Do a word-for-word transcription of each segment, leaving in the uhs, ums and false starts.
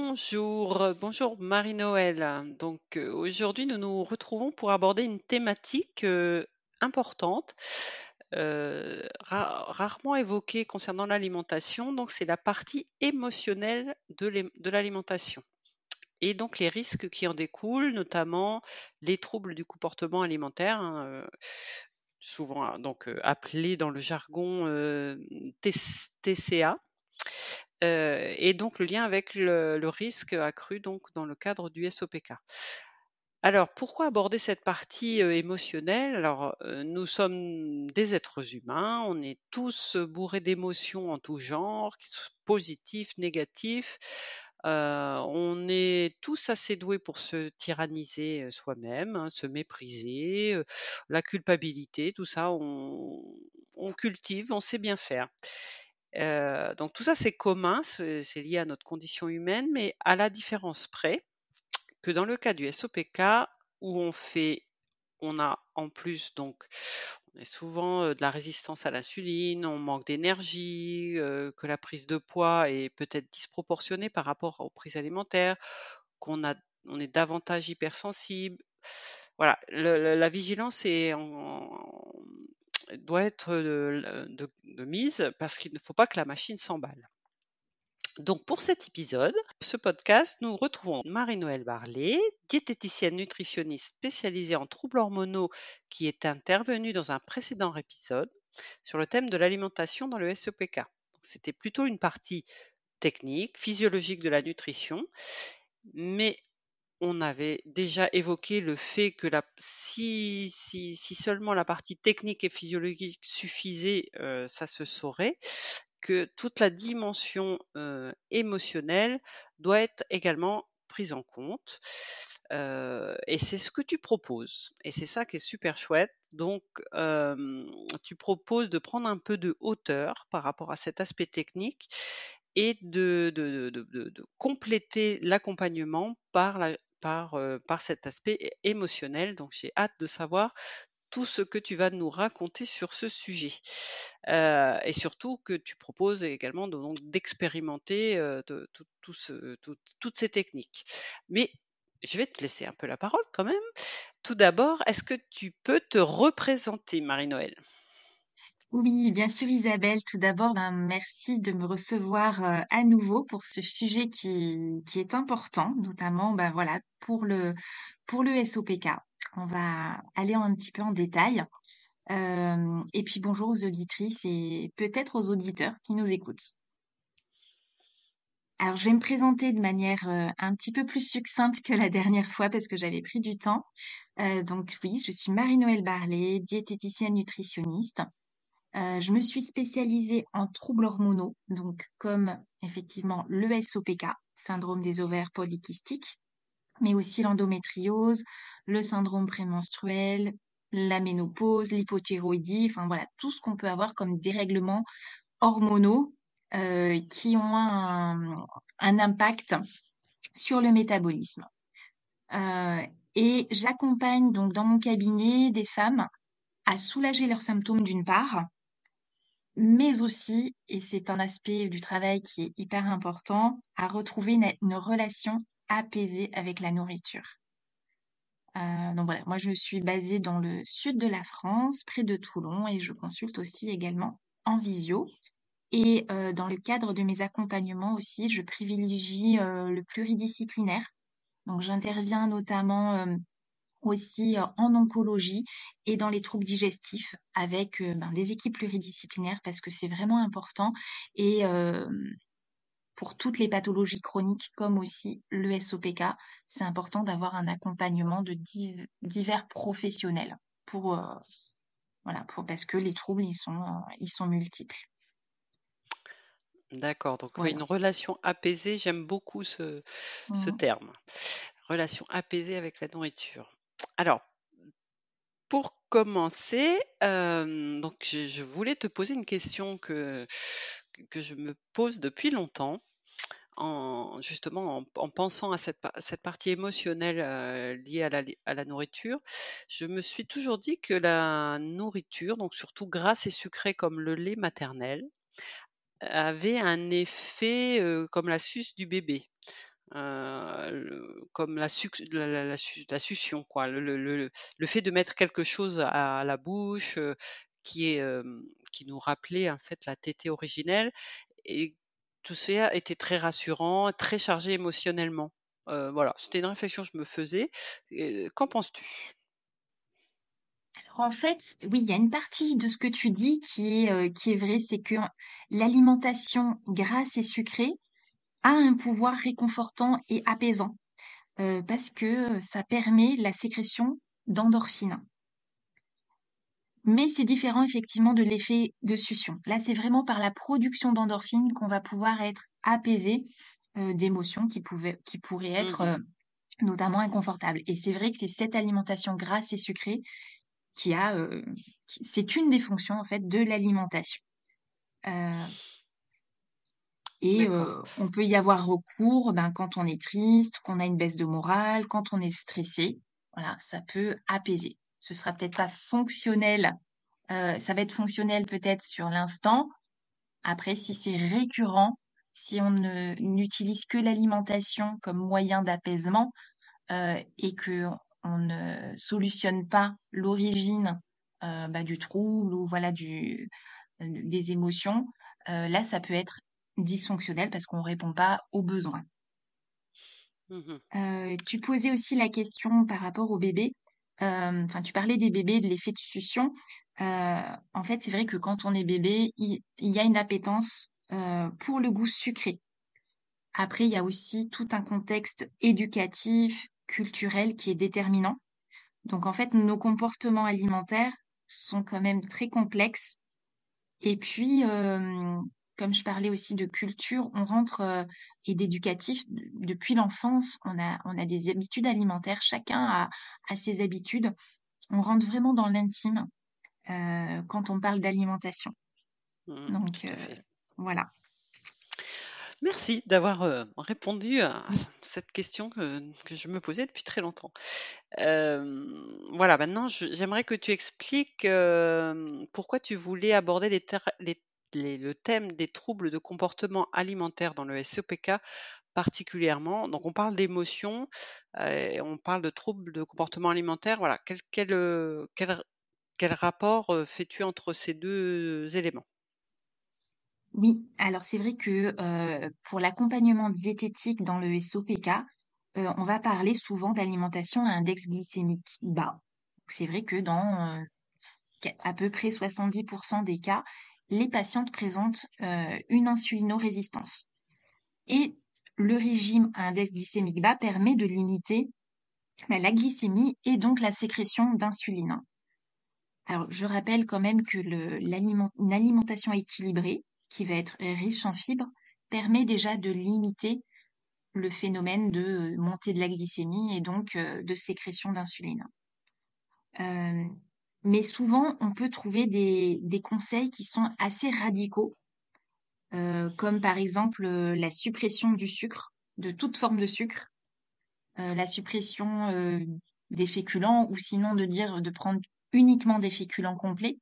Bonjour, euh, bonjour Marie-Noël. Donc euh, aujourd'hui, nous nous retrouvons pour aborder une thématique euh, importante, euh, ra- rarement évoquée concernant l'alimentation. Donc c'est la partie émotionnelle de l'ém- de l'alimentation et donc les risques qui en découlent, notamment les troubles du comportement alimentaire, hein, euh, souvent hein, donc euh, appelés dans le jargon euh, T C A. Heu et donc le lien avec le le risque accru donc dans le cadre du S O P K. Alors pourquoi aborder cette partie, heu, émotionnelle? Alors, heu, nous sommes des êtres humains, on est tous, heu, bourrés d'émotions en tout genre, qu'ils soient positifs, négatifs. Heu, on est tous assez doués pour se tyranniser, heu, soi-même, hein, se mépriser, heu, la culpabilité, tout ça on on cultive, on sait bien faire. Heu, donc tout ça, c'est commun, c'est c'est lié à notre condition humaine, mais à la différence près que dans le cas du S O P K où on fait on a en plus donc on est souvent, heu, de la résistance à l'insuline, on manque d'énergie, heu, que la prise de poids est peut-être disproportionnée par rapport aux prises alimentaires, qu'on a on est davantage hypersensible. Voilà, le le la vigilance est en doit être, heu, de de mise parce qu'il ne faut pas que la machine s'emballe. Donc pour cet épisode, ce podcast, nous retrouvons Marie-Noël Barlet, diététicienne nutritionniste spécialisée en troubles hormonaux qui est intervenue dans un précédent épisode sur le thème de l'alimentation dans le S O P K. Donc, c'était plutôt une partie technique, physiologique de la nutrition, mais on avait déjà évoqué le fait que la, si, si, si seulement la partie technique et physiologique suffisait, euh, ça se saurait, que toute la dimension euh, émotionnelle doit être également prise en compte. Euh, et c'est ce que tu proposes. Et c'est ça qui est super chouette. Donc, euh, tu proposes de prendre un peu de hauteur par rapport à cet aspect technique et de, de, de, de- de compléter l'accompagnement par, la, par, euh, par cet aspect é- émotionnel. Donc, j'ai hâte de savoir tout ce que tu vas nous raconter sur ce sujet. Heu et surtout que tu proposes également de donc d'expérimenter, heu, de tout tout ce toutes toutes ces techniques. Mais je vais te laisser un peu la parole quand même. Tout d'abord, est-ce que tu peux te représenter, Marie-Noël? Oui, bien sûr, Isabelle. Tout d'abord, ben, merci de me recevoir euh, à nouveau pour ce sujet qui, qui est important, notamment ben, voilà, pour le, pour le S O P K. On va aller un petit peu en détail. Euh, et puis bonjour aux auditrices et peut-être aux auditeurs qui nous écoutent. Alors, je vais me présenter de manière euh, un petit peu plus succincte que la dernière fois parce que j'avais pris du temps. Euh, donc oui, je suis Marie-Noël Barlet, diététicienne nutritionniste. Euh, je me suis spécialisée en troubles hormonaux, donc comme effectivement le S O P K, syndrome des ovaires polykystiques, mais aussi l'endométriose, le syndrome prémenstruel, la ménopause, l'hypothyroïdie, enfin voilà, tout ce qu'on peut avoir comme dérèglements hormonaux euh, qui ont un, un impact sur le métabolisme. Euh, et j'accompagne donc dans mon cabinet des femmes à soulager leurs symptômes d'une part, mais aussi, et c'est un aspect du travail qui est hyper important, à retrouver une, une relation apaisée avec la nourriture. Euh, donc voilà, moi je suis basée dans le sud de la France, près de Toulon, et je consulte aussi également en visio. Et euh, dans le cadre de mes accompagnements aussi, je privilégie euh, le pluridisciplinaire. Donc j'interviens notamment euh, aussi euh, en oncologie et dans les troubles digestifs avec euh, ben, des équipes pluridisciplinaires parce que c'est vraiment important et euh, pour toutes les pathologies chroniques comme aussi le S O P K, c'est important d'avoir un accompagnement de div- divers professionnels pour euh, voilà pour parce que les troubles ils sont euh, ils sont multiples. D'accord, donc oui, une Voilà. relation apaisée, j'aime beaucoup ce ce Mhm. terme. Relation apaisée avec la nourriture. Alors, pour commencer, hem, donc je je voulais te poser une question que que je me pose depuis longtemps. En justement, en en pensant à cette pa cette partie émotionnelle, heu, liée à la li à la nourriture, je me suis toujours dit que la nourriture, donc surtout grasse et sucrée comme le lait maternel, avait un effet, heu, comme la suce du bébé. euh, le- comme la, suc- la, la- la su- la succion, quoi. Le, le, le, le fait de mettre quelque chose à, la bouche euh, qui est, euh, qui nous rappelait en fait la tétée originelle. Et tout ça était très rassurant, très chargé émotionnellement. Euh, voilà, c'était une réflexion que je me faisais. Et qu'en penses-tu? Alors, en fait, oui, il y a une partie de ce que tu dis qui est, euh, qui est vrai, c'est que l'alimentation grasse et sucrée a un pouvoir réconfortant et apaisant, euh, parce que euh, ça permet la sécrétion d'endorphines. Mais c'est différent effectivement de l'effet de succion. Là, c'est vraiment par la production d'endorphines qu'on va pouvoir être apaisé euh, d'émotions qui pouvaient, qui pourraient être Mhm, euh, notamment inconfortables. Et c'est vrai que c'est cette alimentation grasse et sucrée qui a, euh, qui- c'est une des fonctions en fait de l'alimentation. Euh, et d'accord. euh, on peut y avoir recours ben, quand on est triste, qu'on a une baisse de morale, quand on est stressé. Voilà, ça peut apaiser. Ce sera peut-être pas fonctionnel. Euh, ça va être fonctionnel peut-être sur l'instant. Après, si c'est récurrent, si on ne n'utilise que l'alimentation comme moyen d'apaisement euh, et que on ne solutionne pas l'origine euh, bah, du trouble ou voilà du des émotions, euh, là ça peut être dysfonctionnel parce qu'on répond pas aux besoins. Mhm, Euh, tu posais aussi la question par rapport aux bébés. Euh, Enfin, tu parlais des bébés, de l'effet de succion. Euh, En fait, c'est vrai que quand on est bébé, il, il y a une appétence euh, pour le goût sucré. Après, il y a aussi tout un contexte éducatif, culturel qui est déterminant. Donc, en fait, nos comportements alimentaires sont quand même très complexes. Et puis, euh, comme je parlais aussi de culture, on rentre euh, et d'éducatif d- depuis l'enfance. On a, on a des habitudes alimentaires. Chacun a, a ses habitudes. On rentre vraiment dans l'intime euh, quand on parle d'alimentation. mhm, Donc, tout à euh, fait. voilà. Merci d'avoir euh, répondu à cette question que, que je me posais depuis très longtemps. Euh, voilà, maintenant, je- j'aimerais que tu expliques euh, pourquoi tu voulais aborder les ter- les- les- le thème des troubles de comportement alimentaire dans le S O P K particulièrement. Donc, on parle d'émotions, euh, et on parle de troubles de comportement alimentaire. Voilà, quel, quel, euh, quel, quel rapport euh, fais-tu entre ces deux éléments? Oui, alors c'est vrai que euh, pour l'accompagnement diététique dans le S O P K, euh, on va parler souvent d'alimentation à index glycémique bas. C'est vrai que dans euh, qu'à- à peu près soixante-dix pour cent des cas, les patientes présentent euh, une insulinorésistance. Et le régime à index glycémique bas permet de limiter bah, la glycémie et donc la sécrétion d'insuline. Alors, je rappelle quand même que le, l'aliment, une alimentation équilibrée, qui va être riche en fibres, permet déjà de limiter le phénomène de euh, montée de la glycémie et donc euh, de sécrétion d'insuline. Euh, mais souvent, on peut trouver des, des conseils qui sont assez radicaux, euh, comme par exemple euh, la suppression du sucre, de toute forme de sucre, euh, la suppression euh, des féculents, ou sinon de dire de prendre uniquement des féculents complets.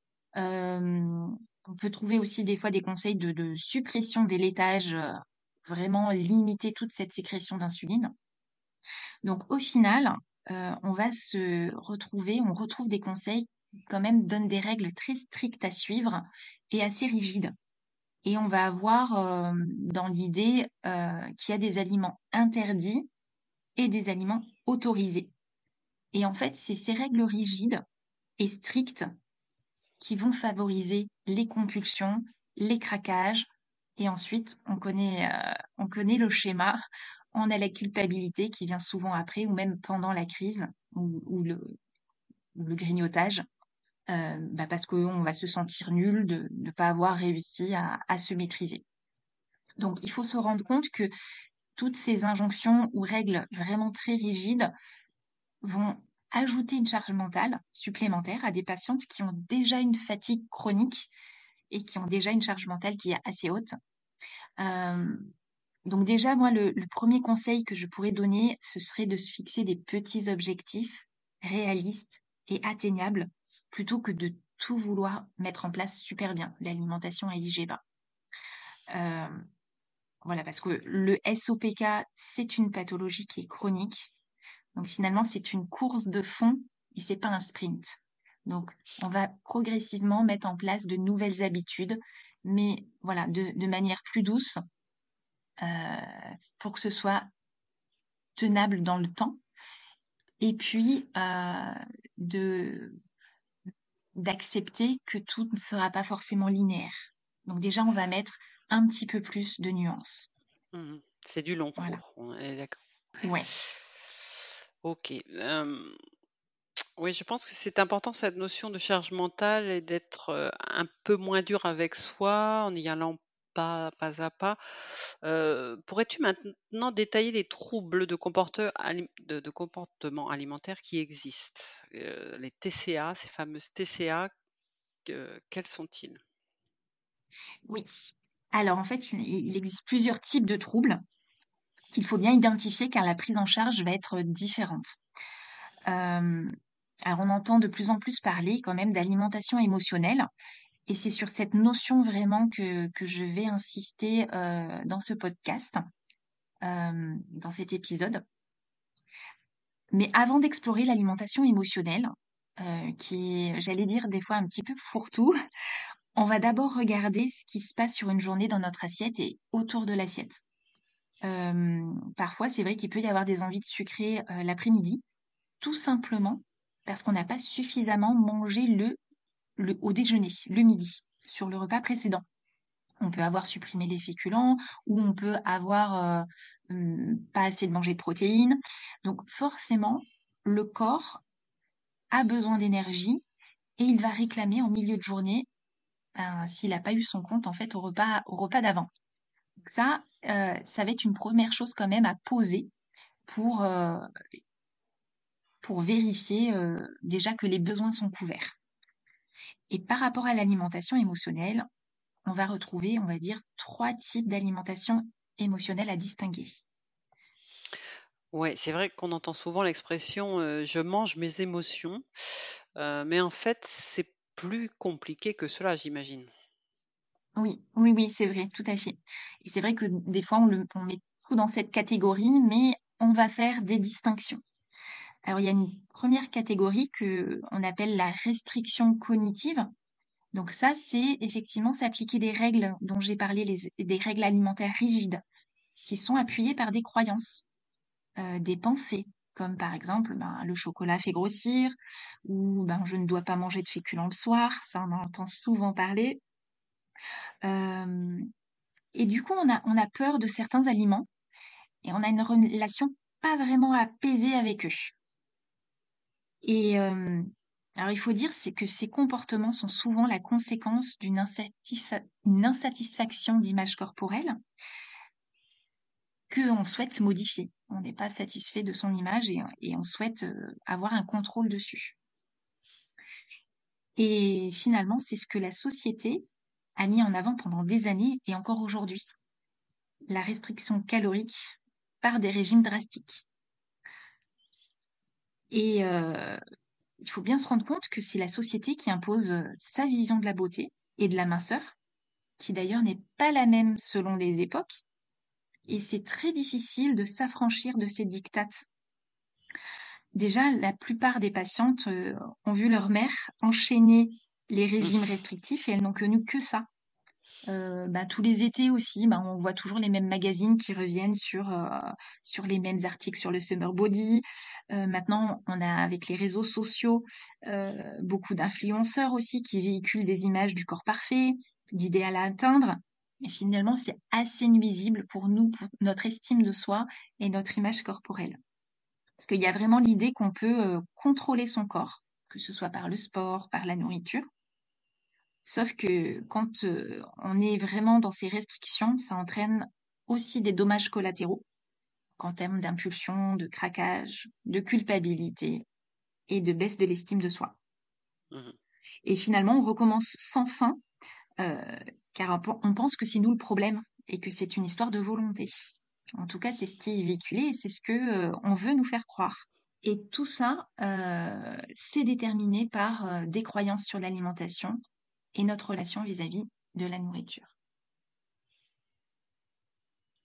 Euh, on peut trouver aussi des fois des conseils de, de suppression des laitages, euh, vraiment limiter toute cette sécrétion d'insuline. Donc au final, euh, on va se retrouver, on retrouve des conseils qui quand même donnent des règles très strictes à suivre et assez rigides. Et on va avoir euh, dans l'idée euh, qu'il y a des aliments interdits et des aliments autorisés. Et en fait, c'est ces règles rigides et strictes qui vont favoriser les compulsions, les craquages. Et ensuite, on connaît, euh, on connaît le schéma. On a la culpabilité qui vient souvent après ou même pendant la crise ou, ou le, ou le grignotage, euh, bah parce qu'on va se sentir nul de ne pas avoir réussi à, à se maîtriser. Donc, il faut se rendre compte que toutes ces injonctions ou règles vraiment très rigides vont ajouter une charge mentale supplémentaire à des patientes qui ont déjà une fatigue chronique et qui ont déjà une charge mentale qui est assez haute. Euh, donc déjà, moi, le, le premier conseil que je pourrais donner, ce serait de se fixer des petits objectifs réalistes et atteignables plutôt que de tout vouloir mettre en place super bien, l'alimentation à I G bas. Euh, Voilà, parce que le S O P K, c'est une pathologie qui est chronique. Donc finalement, c'est une course de fond et c'est pas un sprint. Donc on va progressivement mettre en place de nouvelles habitudes, mais voilà, de, de manière plus douce, euh, pour que ce soit tenable dans le temps. Et puis euh, de d'accepter que tout ne sera pas forcément linéaire. Donc déjà, on va mettre un petit peu plus de nuances. Mmh. C'est du long Voilà. cours, on est d'accord. Ouais. OK, hem, oui, je pense que c'est important cette notion de charge mentale et d'être, heu, un peu moins dur avec soi en y allant pas pas à pas. Heu, pourrais-tu maintenant détailler les troubles de comporte alim de de comportement alimentaire qui existent? Heu, les T C A, ces fameuses T C A, que quels sont-ils? Oui. Alors en fait, il, il existe plusieurs types de troubles qu'il faut bien identifier car la prise en charge va être différente. Euh, alors on entend de plus en plus parler quand même d'alimentation émotionnelle et c'est sur cette notion vraiment que, que je vais insister euh, dans ce podcast, euh, dans cet épisode. Mais avant d'explorer l'alimentation émotionnelle, euh, qui est, j'allais dire, des fois un petit peu fourre-tout, on va d'abord regarder ce qui se passe sur une journée dans notre assiette et autour de l'assiette. Euh, parfois, c'est vrai qu'il peut y avoir des envies de sucrer euh, l'après-midi, tout simplement parce qu'on n'a pas suffisamment mangé le, le, au déjeuner, le midi, sur le repas précédent. On peut avoir supprimé les féculents ou on peut avoir euh, hum, pas assez de manger de protéines. Donc forcément, le corps a besoin d'énergie et il va réclamer en milieu de journée ben, s'il n'a pas eu son compte en fait au repas, au repas d'avant. Donc ça, euh, ça va être une première chose quand même à poser pour, euh, pour vérifier euh, déjà que les besoins sont couverts. Et par rapport à l'alimentation émotionnelle, on va retrouver, on va dire, trois types d'alimentation émotionnelle à distinguer. Ouais, c'est vrai qu'on entend souvent l'expression, heu: «Je mange mes émotions», heu, mais en fait, c'est plus compliqué que cela, j'imagine. Oui, oui, oui, c'est vrai, tout à fait. Et c'est vrai que des fois, on, le, on met tout dans cette catégorie, mais on va faire des distinctions. Alors, il y a une première catégorie que on appelle la restriction cognitive. Donc ça, c'est effectivement s'appliquer des règles dont j'ai parlé, les, des règles alimentaires rigides, qui sont appuyées par des croyances, euh, des pensées, comme par exemple, ben, le chocolat fait grossir, ou ben, je ne dois pas manger de féculents le soir, ça on en entend souvent parler. Euh, et du coup, on a, on a peur de certains aliments et on a une relation pas vraiment apaisée avec eux. Et euh, alors, il faut dire c'est que ces comportements sont souvent la conséquence d'une insatisfa- une insatisfaction d'image corporelle qu'on souhaite modifier. On n'est pas satisfait de son image et, et on souhaite euh, avoir un contrôle dessus. Et finalement, c'est ce que la société a mis en avant pendant des années et encore aujourd'hui. La restriction calorique par des régimes drastiques. Et euh, il faut bien se rendre compte que c'est la société qui impose euh, sa vision de la beauté et de la minceur, qui d'ailleurs n'est pas la même selon les époques, et c'est très difficile de s'affranchir de ces dictates. Déjà, la plupart des patientes euh, ont vu leur mère enchaîner les régimes restrictifs et elles n'ont connu que ça. Euh, bah, tous les étés aussi, bah, on voit toujours les mêmes magazines qui reviennent sur, euh, sur les mêmes articles sur le summer body. Euh, maintenant, on a avec les réseaux sociaux euh, beaucoup d'influenceurs aussi qui véhiculent des images du corps parfait, d'idéal à atteindre. Et finalement, c'est assez nuisible pour nous, pour notre estime de soi et notre image corporelle. Parce qu'il y a vraiment l'idée qu'on peut euh, contrôler son corps, que ce soit par le sport, par la nourriture. Sauf que quand euh, on est vraiment dans ces restrictions, ça entraîne aussi des dommages collatéraux, en termes d'impulsion, de craquage, de culpabilité et de baisse de l'estime de soi. Mmh. Et finalement, on recommence sans fin, euh, car on pense que c'est nous le problème et que c'est une histoire de volonté. En tout cas, c'est ce qui est véhiculé et c'est ce que euh, on veut nous faire croire. Et tout ça, euh, c'est déterminé par euh, des croyances sur l'alimentation et notre relation vis-à-vis de la nourriture.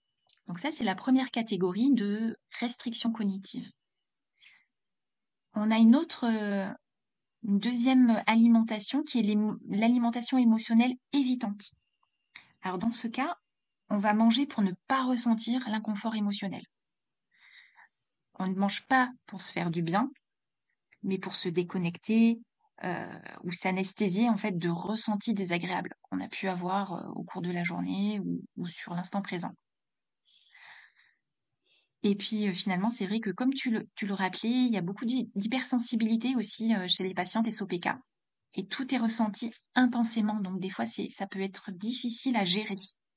Donc ça, c'est la première catégorie de restriction cognitive. On a une autre, euh, une deuxième alimentation qui est l'émo- l'alimentation émotionnelle évitante. Alors dans ce cas, on va manger pour ne pas ressentir l'inconfort émotionnel. On ne mange pas pour se faire du bien, mais pour se déconnecter euh, ou s'anesthésier en fait de ressentis désagréables qu'on a pu avoir euh, au cours de la journée ou, ou sur l'instant présent. Et puis euh, finalement, c'est vrai que comme tu le, tu le rappelais, il y a beaucoup d'hy- d'hypersensibilité aussi euh, chez les patientes S O P K. Et tout est ressenti intensément. Donc des fois, c'est, ça peut être difficile à gérer.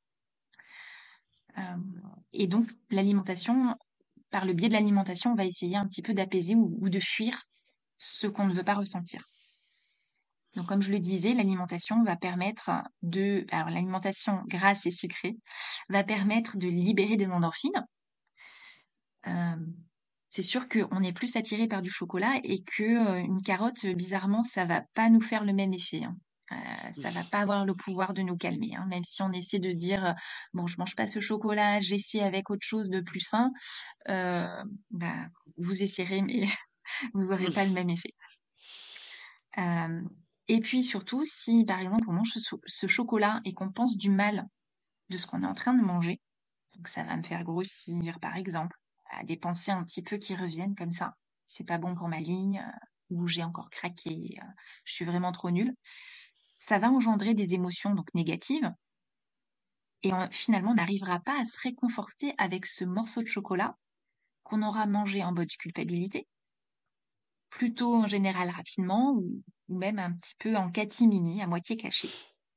Euh, et donc l'alimentation, par le biais de l'alimentation, on va essayer un petit peu d'apaiser ou, ou de fuir ce qu'on ne veut pas ressentir. Donc, comme je le disais, l'alimentation va permettre de, alors l'alimentation grasse et sucrée va permettre de libérer des endorphines. Euh, c'est sûr qu'on est plus attiré par du chocolat et que euh, une carotte, bizarrement, ça va pas nous faire le même effet, hein. Euh, ça va pas avoir le pouvoir de nous calmer, hein. Même si on essaie de dire euh, bon, je mange pas ce chocolat, j'essaie avec autre chose de plus sain, euh, bah, vous essayerez, mais vous aurez pas le même effet. Euh, et puis surtout, si par exemple on mange ce, ce chocolat et qu'on pense du mal de ce qu'on est en train de manger, donc ça va me faire grossir par exemple, à des pensées un petit peu qui reviennent comme ça, c'est pas bon pour ma ligne, euh, ou j'ai encore craqué, euh, je suis vraiment trop nulle, ça va engendrer des émotions donc négatives et on- finalement on n'arrivera pas à se réconforter avec ce morceau de chocolat qu'on aura mangé en mode culpabilité, plutôt en général rapidement ou, ou même un petit peu en catimini, à moitié caché.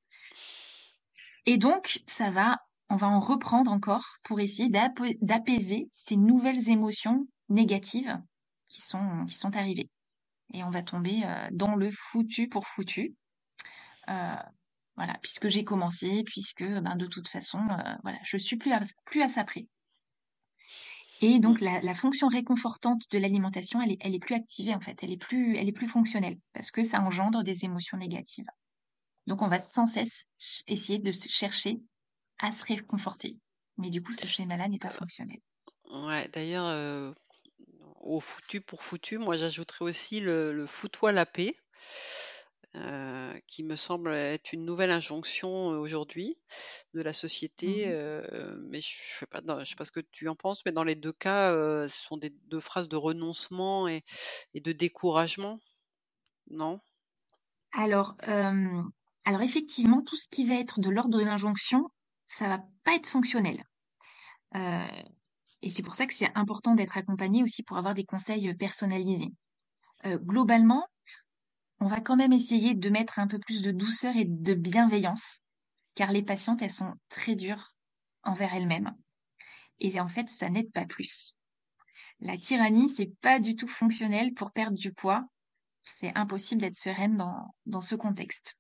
Et donc, ça va, on va en reprendre encore pour essayer d'apo- d'apaiser ces nouvelles émotions négatives qui sont, qui sont arrivées. Et on va tomber euh, dans le foutu pour foutu. Euh, voilà, puisque j'ai commencé, puisque ben, de toute façon, euh, voilà, je suis plus à, plus à ça près. Et Mm. donc la, la fonction réconfortante de l'alimentation, elle est, elle est plus activée en fait, elle est plus, elle est plus fonctionnelle parce que ça engendre des émotions négatives. Donc on va sans cesse ch- essayer de se chercher à se réconforter. Mais du coup, ce schéma-là n'est pas fonctionnel. Ouais, d'ailleurs, euh, au foutu pour foutu, moi j'ajouterais aussi le, le fous-toi la paix, euh, qui me semble être une nouvelle injonction euh, aujourd'hui de la société. Mhm. Euh, mais je sais pas, dans- je sais pas ce que tu en penses, mais dans les deux cas, euh, ce sont des deux phrases de renoncement et, et de découragement, non? Alors, euh, alors effectivement, tout ce qui va être de l'ordre de l'injonction, ça va pas être fonctionnel. Euh, et c'est pour ça que c'est important d'être accompagné aussi pour avoir des conseils personnalisés. Euh, globalement, on va quand même essayer de mettre un peu plus de douceur et de bienveillance, car les patientes, elles sont très dures envers elles-mêmes. Et en fait, ça n'aide pas plus. La tyrannie, c'est pas du tout fonctionnel pour perdre du poids. C'est impossible d'être sereine dans, dans ce contexte.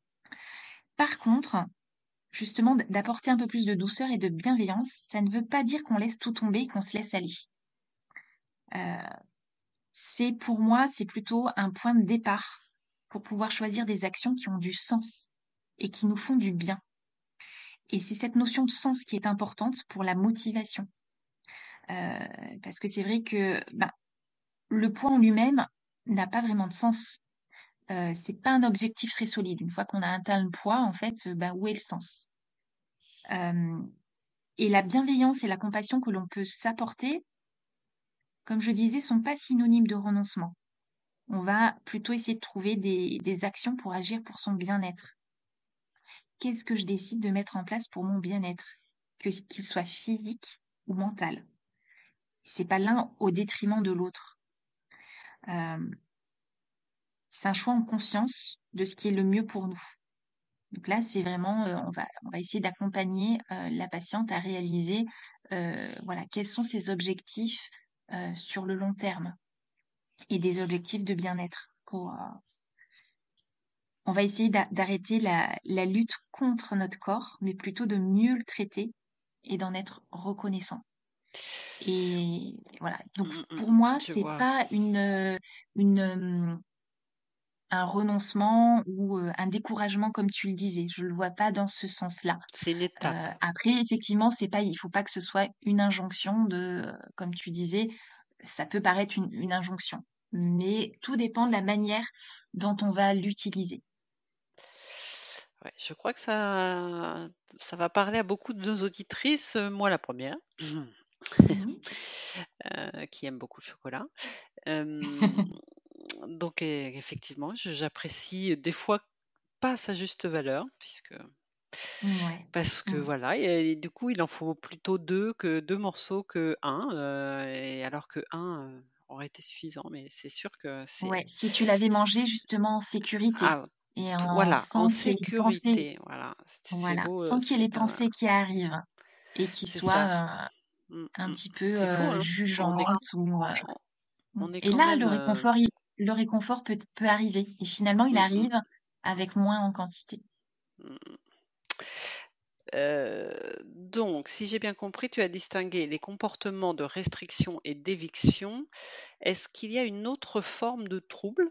Par contre, justement, d- d'apporter un peu plus de douceur et de bienveillance, ça ne veut pas dire qu'on laisse tout tomber et qu'on se laisse aller. Euh, c'est pour moi, c'est plutôt un point de départ pour pouvoir choisir des actions qui ont du sens et qui nous font du bien. Et c'est cette notion de sens qui est importante pour la motivation. Euh, parce que c'est vrai que ben, le poids en lui-même n'a pas vraiment de sens. Euh, c'est pas un objectif très solide. Une fois qu'on a atteint le poids, en fait, euh, ben, où est le sens? Euh, et la bienveillance et la compassion que l'on peut s'apporter, comme je disais, sont pas synonymes de renoncement. On va plutôt essayer de trouver des, des actions pour agir pour son bien-être. Qu'est-ce que je décide de mettre en place pour mon bien-être, que qu'il soit physique ou mental? C'est pas l'un au détriment de l'autre. Euh, c'est un choix en conscience de ce qui est le mieux pour nous. Donc là, c'est vraiment, euh, on va, on va essayer d'accompagner euh, la patiente à réaliser, euh, voilà, quels sont ses objectifs euh, sur le long terme et des objectifs de bien-être. Pour, euh, on va essayer d'a- d'arrêter la, la lutte contre notre corps, mais plutôt de mieux le traiter et d'en être reconnaissant. Et voilà. Donc Mm, mm, pour mm, moi, je c'est vois. pas une, euh, une, euh, un renoncement ou euh, un découragement, comme tu le disais. Je le vois pas dans ce sens-là. C'est une Euh, étape. après, effectivement, c'est pas, il faut pas que ce soit une injonction de, euh, comme tu disais, ça peut paraître une, une injonction, mais tout dépend de la manière dont on va l'utiliser. Ouais, je crois que ça, ça va parler à beaucoup de nos auditrices, euh, moi la première, Mhm. euh, qui aime beaucoup le chocolat. Euh, donc e- effectivement, je- j'apprécie des fois pas sa juste valeur, puisque Ouais. parce que Mm. voilà, et, et du coup il en faut plutôt deux que deux morceaux que un, euh, et alors que un euh, aurait été suffisant, mais c'est sûr que c'est Ouais, si tu l'avais mangé justement en sécurité ah, et tout- en voilà, en sans qu'il y ait les pensées, sécurité, voilà, c'est voilà, beau, euh, sans qu'il y ait les c'est un, pensées qui arrivent et qui c'est ça. soient euh, Mm, un mm. petit peu C'est fou, euh, hein? On est, jugeantes ou euh, on, mm. on est Et quand là, même. le euh, réconfort, il- le réconfort peut, peut arriver. Et finalement, il mm, mm, arrive avec moins en quantité. mm. Euh, donc, si j'ai bien compris, tu as distingué les comportements de restriction et d'éviction. Est-ce qu'il y a une autre forme de trouble?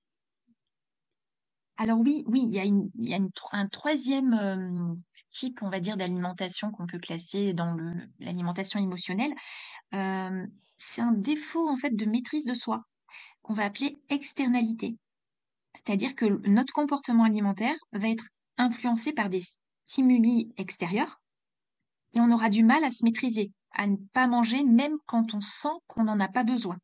Alors oui, oui, il y a une, il y a une tro- un troisième euh, type, on va dire, d'alimentation qu'on peut classer dans le, l'alimentation émotionnelle. Euh, c'est un défaut en fait de maîtrise de soi qu'on va appeler externalité. C'est-à-dire que notre comportement alimentaire va être influencé par des stimuli extérieurs et on aura du mal à se maîtriser, à ne pas manger même quand on sent qu'on n'en a pas besoin.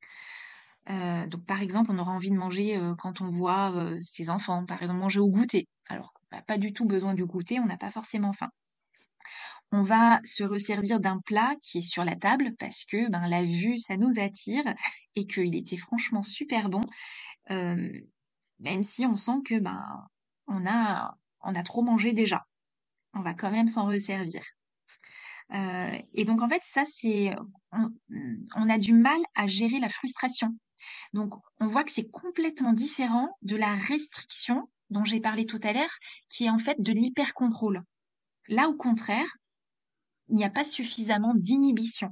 Euh, donc par exemple, on aura envie de manger euh, quand on voit euh, ses enfants, par exemple manger au goûter. Alors on n'a pas du tout besoin du goûter, on n'a pas forcément faim. On va se resservir d'un plat qui est sur la table parce que ben, la vue, ça nous attire et qu'il était franchement super bon. Euh, Même si on sent que ben on a on a trop mangé déjà. On va quand même s'en resservir. Euh, et donc en fait ça c'est on, on a du mal à gérer la frustration. Donc on voit que c'est complètement différent de la restriction dont j'ai parlé tout à l'heure, qui est en fait de l'hyper-contrôle. Là au contraire, il n'y a pas suffisamment d'inhibition.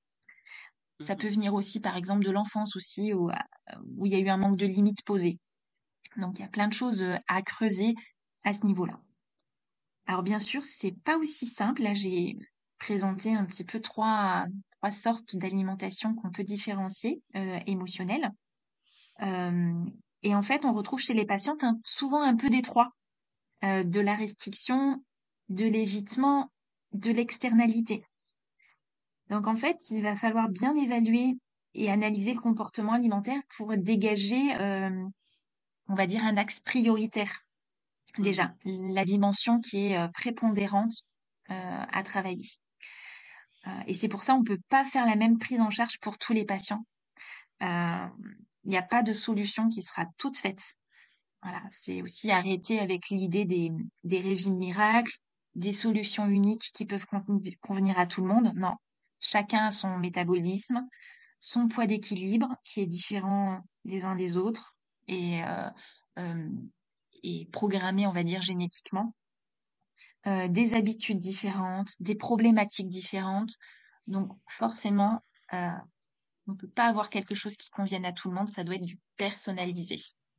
Ça Mhm. peut venir aussi par exemple de l'enfance aussi où, où il y a eu un manque de limites posées. Donc il y a plein de choses euh, à creuser à ce niveau-là. Alors bien sûr, c'est pas aussi simple. Là, j'ai présenté un petit peu trois, trois sortes d'alimentation qu'on peut différencier, euh, émotionnelles. Euh, et en fait, on retrouve chez les patientes un- souvent un peu des trois, euh, de la restriction, de l'évitement, de l'externalité. Donc en fait, il va falloir bien évaluer et analyser le comportement alimentaire pour dégager, euh, on va dire, un axe prioritaire. Mhm. Déjà, la dimension qui est euh, prépondérante euh, à travailler. Euh, et c'est pour ça on ne peut pas faire la même prise en charge pour tous les patients. Euh, Il n'y a pas de solution qui sera toute faite. Voilà, c'est aussi arrêter avec l'idée des, des régimes miracles, des solutions uniques qui peuvent con- convenir à tout le monde. Non, chacun a son métabolisme, son poids d'équilibre qui est différent des uns des autres et, euh, euh, et programmé, on va dire, génétiquement. Euh, des habitudes différentes, des problématiques différentes. Donc forcément, euh, on ne peut pas avoir quelque chose qui convienne à tout le monde, ça doit être du personnalisé.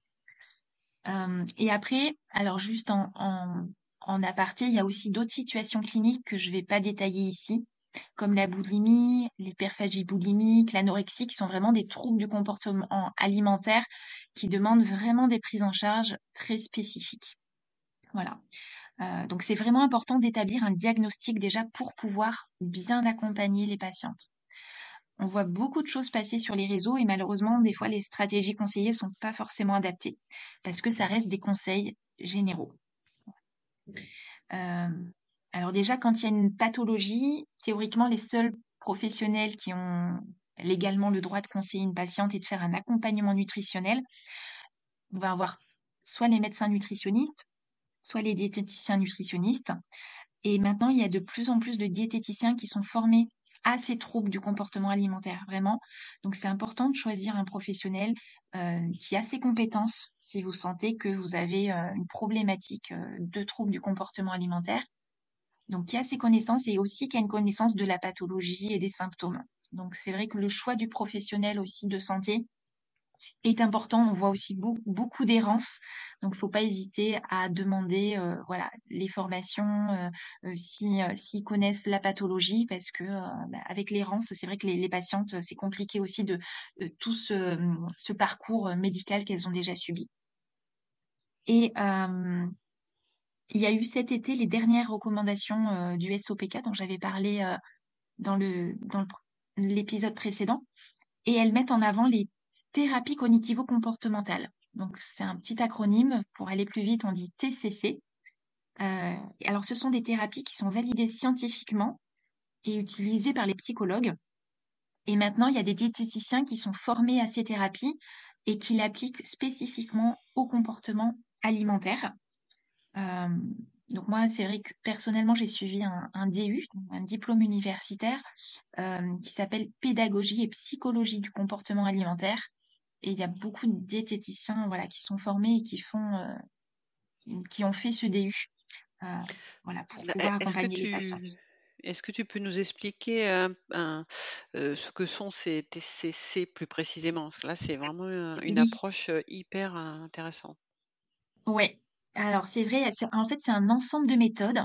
Euh, et après, alors juste en, en, en aparté, il y a aussi d'autres situations cliniques que je ne vais pas détailler ici, comme la boulimie, l'hyperphagie boulimique, l'anorexie, qui sont vraiment des troubles du comportement alimentaire qui demandent vraiment des prises en charge très spécifiques. Voilà. Euh, donc c'est vraiment important d'établir un diagnostic déjà pour pouvoir bien accompagner les patientes. On voit beaucoup de choses passer sur les réseaux et malheureusement, des fois, les stratégies conseillées sont pas forcément adaptées parce que ça reste des conseils généraux. Euh, alors déjà, quand il y a une pathologie, théoriquement, les seuls professionnels qui ont légalement le droit de conseiller une patiente et de faire un accompagnement nutritionnel, on va avoir soit les médecins nutritionnistes, soit les diététiciens nutritionnistes. Et maintenant, il y a de plus en plus de diététiciens qui sont formés à ces troubles du comportement alimentaire, vraiment. Donc, c'est important de choisir un professionnel euh, qui a ses compétences si vous sentez que vous avez euh, une problématique euh, de troubles du comportement alimentaire. Donc, qui a ses connaissances et aussi qui a une connaissance de la pathologie et des symptômes. Donc, c'est vrai que le choix du professionnel aussi de santé est important. On voit aussi beau- beaucoup d'errance, donc faut pas hésiter à demander euh, voilà, les formations euh, euh, si, euh, s'ils connaissent la pathologie, parce que euh, bah, avec l'errance, c'est vrai que les, les patientes, euh, c'est compliqué aussi de, de tout ce, ce parcours euh, médical qu'elles ont déjà subi. Et euh, il y a eu cet été les dernières recommandations euh, du S O P K dont j'avais parlé euh, dans le, dans le pr- l'épisode précédent, et elles mettent en avant les thérapies cognitivo-comportementales. Donc, c'est un petit acronyme. Pour aller plus vite, on dit T C C. Euh, et alors, ce sont des thérapies qui sont validées scientifiquement et utilisées par les psychologues. Et maintenant, il y a des diététiciens qui sont formés à ces thérapies et qui l'appliquent spécifiquement au comportement alimentaire. Euh, donc moi, c'est vrai que personnellement, j'ai suivi un, un D U, un diplôme universitaire, euh, qui s'appelle Pédagogie et psychologie du comportement alimentaire. Et il y a beaucoup de diététiciens, voilà, qui sont formés et qui font, euh, qui, qui ont fait ce D U, euh, voilà, pour Bah, e- pouvoir Est-ce que accompagner les tu, patientes. est-ce que tu peux nous expliquer un- un, euh, ce que sont ces T C C plus précisément? Parce que là, c'est vraiment euh, une Oui, approche euh, hyper euh, intéressante. ouais. Alors c'est vrai, c'est- en fait, c'est un ensemble de méthodes.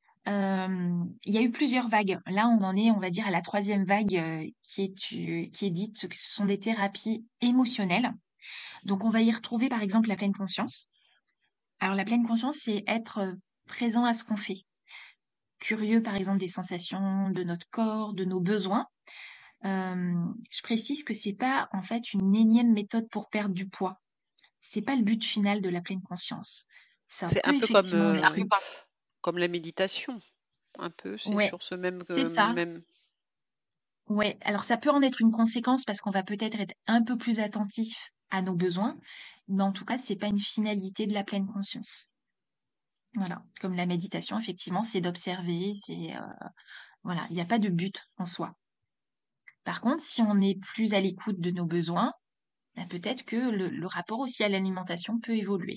Euh, il y a eu plusieurs vagues. Là, on en est, on va dire, à la troisième vague euh, qui est, euh, qui est dite que ce sont des thérapies émotionnelles. Donc, on va y retrouver, par exemple, la pleine conscience. Alors, la pleine conscience, c'est être euh, présent à ce qu'on fait. Curieux, par exemple, des sensations de notre corps, de nos besoins. Euh, je précise que c'est pas, en fait, une énième méthode pour perdre du poids. C'est pas le but final de la pleine conscience. Ça C'est un peut peu comme, effectivement être euh, une... comme la méditation, un peu, c'est Ouais, sur ce même, c'est euh, ça. même. Ouais, alors ça peut en être une conséquence parce qu'on va peut-être être un peu plus attentif à nos besoins, mais en tout cas, c'est pas une finalité de la pleine conscience. Voilà, comme la méditation, effectivement, c'est d'observer, c'est euh, voilà, il n'y a pas de but en soi. Par contre, si on est plus à l'écoute de nos besoins, bah, peut-être que le, le rapport aussi à l'alimentation peut évoluer.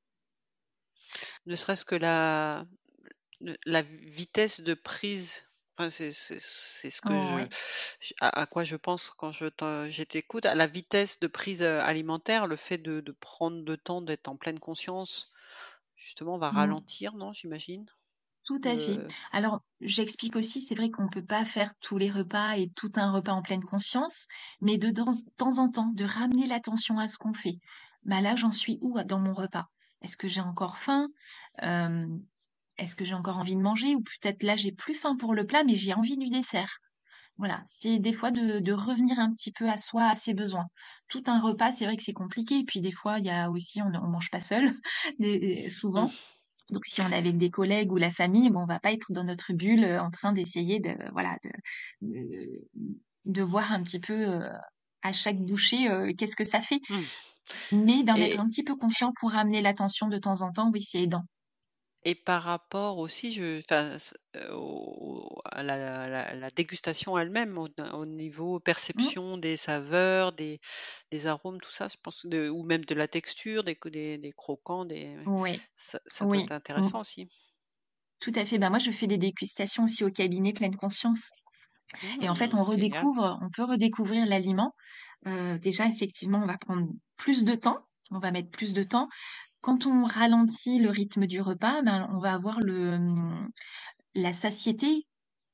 Ne serait-ce que la, le- la vitesse de prise. Enfin, c'est c'est- c'est ce que je, Ouais. je- à, à quoi je pense quand je t'en- je t'écoute, à la vitesse de prise euh, alimentaire, le fait de, de prendre le temps d'être en pleine conscience, justement, va Mm. ralentir, non, j'imagine. Tout à fait. Le... Alors, j'explique aussi, c'est vrai qu'on ne peut pas faire tous les repas et tout un repas en pleine conscience, mais de dans- temps en temps, de ramener l'attention à ce qu'on fait. Bah là, j'en suis où dans mon repas? Est-ce que j'ai encore faim? Euh, est-ce que j'ai encore envie de manger? Ou peut-être là, j'ai plus faim pour le plat, mais j'ai envie du dessert. Voilà, c'est des fois de, de revenir un petit peu à soi, à ses besoins. Tout un repas, c'est vrai que c'est compliqué. Et puis des fois, il y a aussi, on ne mange pas seul, des- Hmm. souvent. Donc, si on est avec des collègues ou la famille, bon, on va pas être dans notre bulle euh, en train d'essayer de, voilà, de, de, de voir un petit peu euh, à chaque bouchée euh, qu'est-ce que ça fait. Hmm. Mais d'en être Et, un petit peu conscient pour ramener l'attention de temps en temps, oui, c'est aidant. et par rapport aussi, je, enfin, s- euh, au- à la, la- la dégustation elle-même, au, au niveau Mm. perception des saveurs, des, des arômes, tout ça, je pense, de- ou même de la texture, des, co- des, des croquants, des, Oui, ça, ça doit être oui, mm, intéressant aussi. tout à fait. Ben, moi, je fais des dégustations aussi au cabinet pleine conscience. Et en fait, Hmm, on génial. redécouvre, on peut redécouvrir l'aliment. Euh, déjà, effectivement, on va prendre plus de temps. On va mettre plus de temps. Quand on ralentit le rythme du repas, ben, on va avoir le, hum, la satiété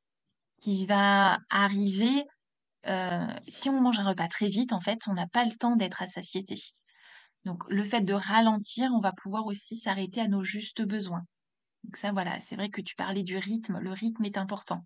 qui va arriver. Euh, si on mange un repas très vite, en fait, on n'a pas le temps d'être à satiété. Donc, le fait de ralentir, on va pouvoir aussi s'arrêter à nos justes besoins. Donc ça, voilà, c'est vrai que tu parlais du rythme. Le rythme est important.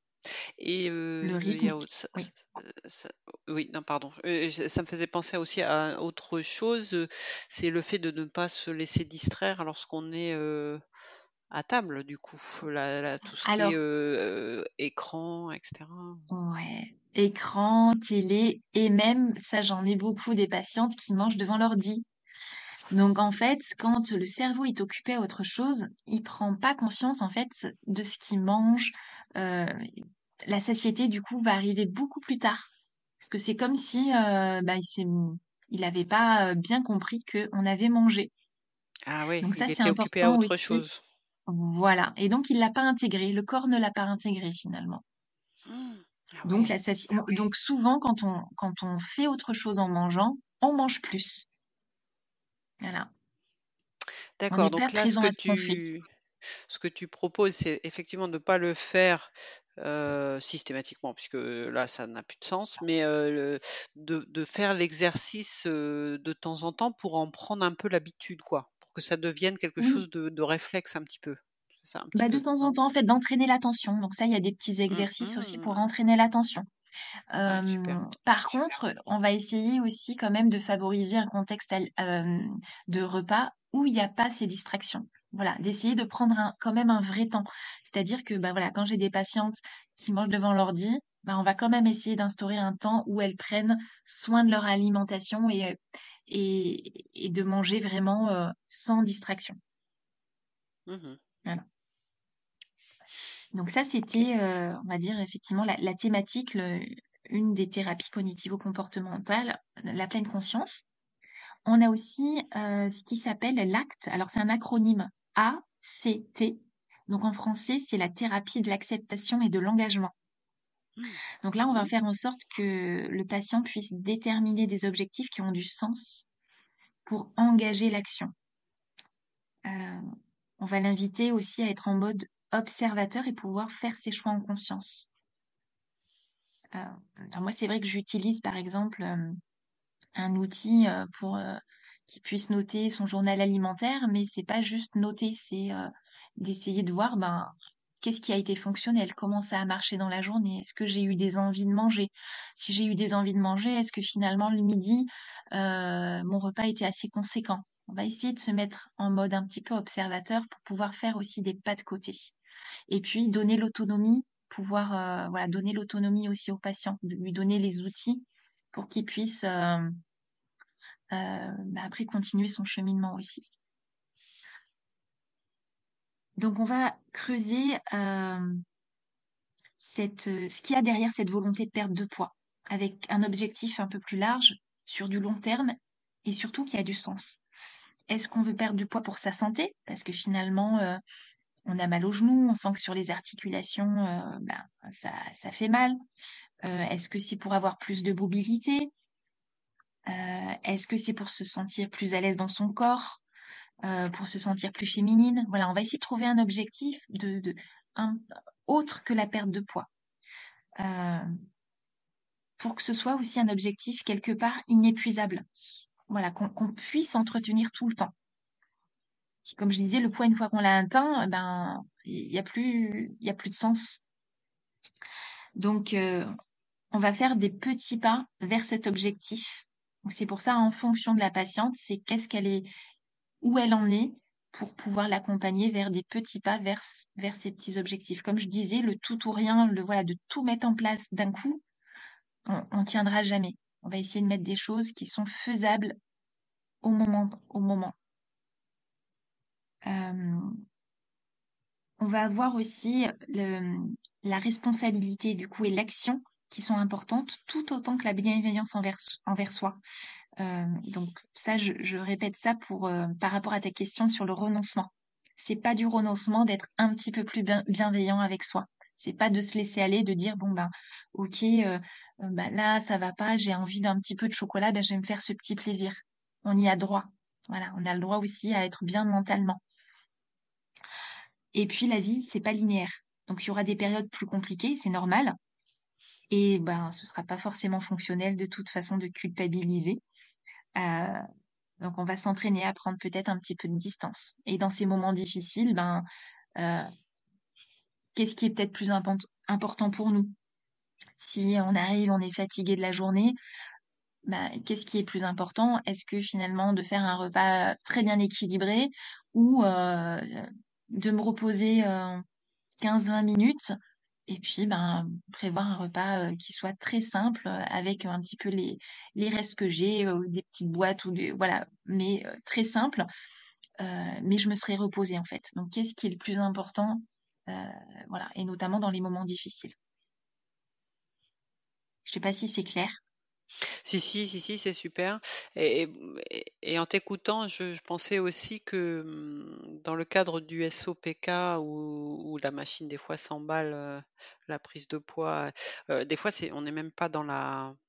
Et Le euh, il y rythme, a autre- ça- oui. ça- ça- oui, non, pardon. Euh, je- ça me faisait penser aussi à autre chose, euh, c'est le fait de ne pas se laisser distraire lorsqu'on est euh, à table, du coup. La- la- tout ce qui est Alors, euh, euh, écran, et cetera. ouais, écran, télé, et même, ça, j'en ai beaucoup des patientes qui mangent devant l'ordi. Donc en fait, quand le cerveau est occupé à autre chose, il prend pas conscience en fait de ce qu'il mange. Euh, la satiété du coup va arriver beaucoup plus tard, parce que c'est comme si euh, bah, il s'est, il avait pas euh, bien compris que on avait mangé. Ah oui, Donc ça il c'est était occupé à important autre aussi. chose. Voilà. Et donc il l'a pas intégré, le corps ne l'a pas intégré finalement. Hmm. Ah Donc ouais. la sati- donc souvent quand on quand on fait autre chose en mangeant, on mange plus. Voilà. On D'accord, n'est donc pas là, ce présent que à ce qu'on fait. tu, ce que tu proposes, c'est effectivement de ne pas le faire euh, systématiquement, puisque là, ça n'a plus de sens, mais euh, le- de, de faire l'exercice euh, de temps en temps pour en prendre un peu l'habitude, quoi, pour que ça devienne quelque Oui, chose de, de réflexe un petit peu. C'est ça, un petit bah de peu, temps en non? temps, en fait, d'entraîner l'attention. Donc ça, il y a des petits Mm, exercices aussi pour mm. entraîner l'attention. Ouais, Euh, super. Par contre, on va essayer aussi quand même de favoriser un contexte al- euh, de repas où il n'y a pas ces distractions. Voilà, d'essayer de prendre un- quand même un vrai temps. C'est-à-dire que bah voilà, quand j'ai des patientes qui mangent devant l'ordi, bah on va quand même essayer d'instaurer un temps où elles prennent soin de leur alimentation et, et, et de manger vraiment euh, sans distraction. Mhm. Voilà. Donc ça, Ok. c'était, euh, on va dire, effectivement, la, la thématique, le- une des thérapies cognitivo-comportementales, la pleine conscience. On a aussi euh, ce qui s'appelle l'ACT. Alors, c'est un acronyme A C T. Donc, en français, c'est la thérapie de l'acceptation et de l'engagement. Mm. Donc là, on va faire en sorte que le patient puisse déterminer des objectifs qui ont du sens pour engager l'action. Euh, on va l'inviter aussi à être en mode observateur et pouvoir faire ses choix en conscience. Euh, alors moi, c'est vrai que j'utilise par exemple euh, un outil euh, pour euh, qu'il puisse noter son journal alimentaire, mais c'est pas juste noter, c'est euh, d'essayer de voir ben qu'est-ce qui a été fonctionnel, comment ça a marché dans la journée, est-ce que j'ai eu des envies de manger? Si j'ai eu des envies de manger, est-ce que finalement le midi euh, mon repas était assez conséquent? On va essayer de se mettre en mode un petit peu observateur pour pouvoir faire aussi des pas de côté. Et puis donner l'autonomie, pouvoir euh, voilà, donner l'autonomie aussi au patient, de lui donner les outils pour qu'il puisse euh, euh, bah, après continuer son cheminement aussi. Donc on va creuser euh, cette, euh, ce qu'il y a derrière cette volonté de perte de poids, avec un objectif un peu plus large, sur du long terme, et surtout qui a du sens. Est-ce qu'on veut perdre du poids pour sa santé? Parce que finalement, euh, on a mal aux genoux, on sent que sur les articulations, euh, ben, ça, ça fait mal. Euh, est-ce que c'est pour avoir plus de mobilité? Euh, est-ce que c'est pour se sentir plus à l'aise dans son corps? Euh, pour se sentir plus féminine? Voilà, on va essayer de trouver un objectif de, de- un- autre que la perte de poids. Euh, pour que ce soit aussi un objectif quelque part inépuisable. Voilà, qu'on qu'on puisse entretenir tout le temps. Comme je disais, le poids, une fois qu'on l'a atteint, ben, il n'y a plus, il y a plus de sens. Donc, euh, on va faire des petits pas vers cet objectif. Donc, c'est pour ça, en fonction de la patiente, c'est qu'est-ce qu'elle est, où elle en est pour pouvoir l'accompagner vers des petits pas vers, vers ses petits objectifs. Comme je disais, le tout ou rien, le voilà, de tout mettre en place d'un coup, on, on tiendra jamais. On va essayer de mettre des choses qui sont faisables au moment, au moment. Euh, on va avoir aussi le, la responsabilité du coup et l'action qui sont importantes tout autant que la bienveillance envers, envers soi. Euh, donc ça, je, je répète ça pour euh, par rapport à ta question sur le renoncement. C'est pas du renoncement d'être un petit peu plus bien- bienveillant avec soi. C'est pas de se laisser aller, de dire bon ben ok, euh, euh, bah, là ça va pas, j'ai envie d'un petit peu de chocolat, ben je vais me faire ce petit plaisir. On y a droit. Voilà, on a le droit aussi à être bien mentalement. Et puis la vie, c'est pas linéaire. Donc il y aura des périodes plus compliquées, c'est normal. Et ben ce sera pas forcément fonctionnel de toute façon de culpabiliser. Euh, Donc, on va s'entraîner à prendre peut-être un petit peu de distance. Et dans ces moments difficiles, ben, euh, qu'est-ce qui est peut-être plus import- important pour nous? Si on arrive, on est fatigué de la journée, ben, qu'est-ce qui est plus important? Est-ce que finalement de faire un repas très bien équilibré ou euh, de me reposer euh, quinze vingt minutes et puis ben, prévoir un repas euh, qui soit très simple euh, avec un petit peu les, les restes que j'ai, euh, des petites boîtes ou des, voilà, mais euh, très simple. Euh, mais je me serais reposée en fait. Donc, qu'est-ce qui est le plus important? Euh, voilà, et notamment dans les moments difficiles. Je sais pas si c'est clair. Si, si, si, si, c'est super. Et, et- et en t'écoutant, je, je pensais aussi que hum, dans le cadre du S O P K où, où la machine des fois s'emballe euh, la prise de poids, euh, des fois c'est, on n'est même pas dans la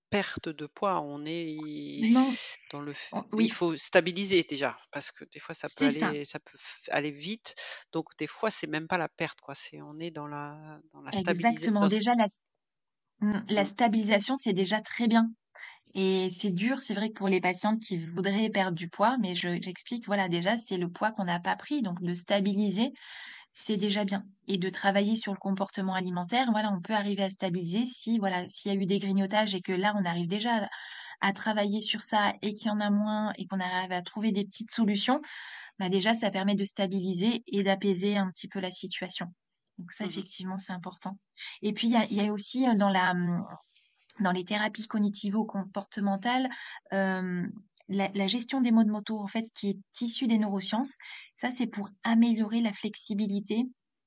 perte de poids, on est Non, dans le f on- il oui, faut stabiliser déjà parce que des fois ça peut c'est ça. aller ça peut f aller vite, donc des fois c'est même pas la perte quoi, c'est on est dans la dans la stabilisation Exactement. dans s Déjà, la, mm, la mmh, stabilisation, c'est déjà très bien. Et c'est dur, c'est vrai que pour les patientes qui voudraient perdre du poids, mais je, j'explique, voilà, déjà, c'est le poids qu'on n'a pas pris. Donc, de stabiliser, c'est déjà bien. Et de travailler sur le comportement alimentaire, voilà, on peut arriver à stabiliser si, voilà, s'il y a eu des grignotages et que là, on arrive déjà à, à travailler sur ça et qu'il y en a moins et qu'on arrive à trouver des petites solutions, bah déjà, ça permet de stabiliser et d'apaiser un petit peu la situation. Donc ça, mmh. effectivement, c'est important. Et puis, il y a, il y a aussi euh, dans la, hum, dans les thérapies cognitivo-comportementales, euh, la, la gestion des modes motos, en fait, qui est issue des neurosciences, ça, c'est pour améliorer la flexibilité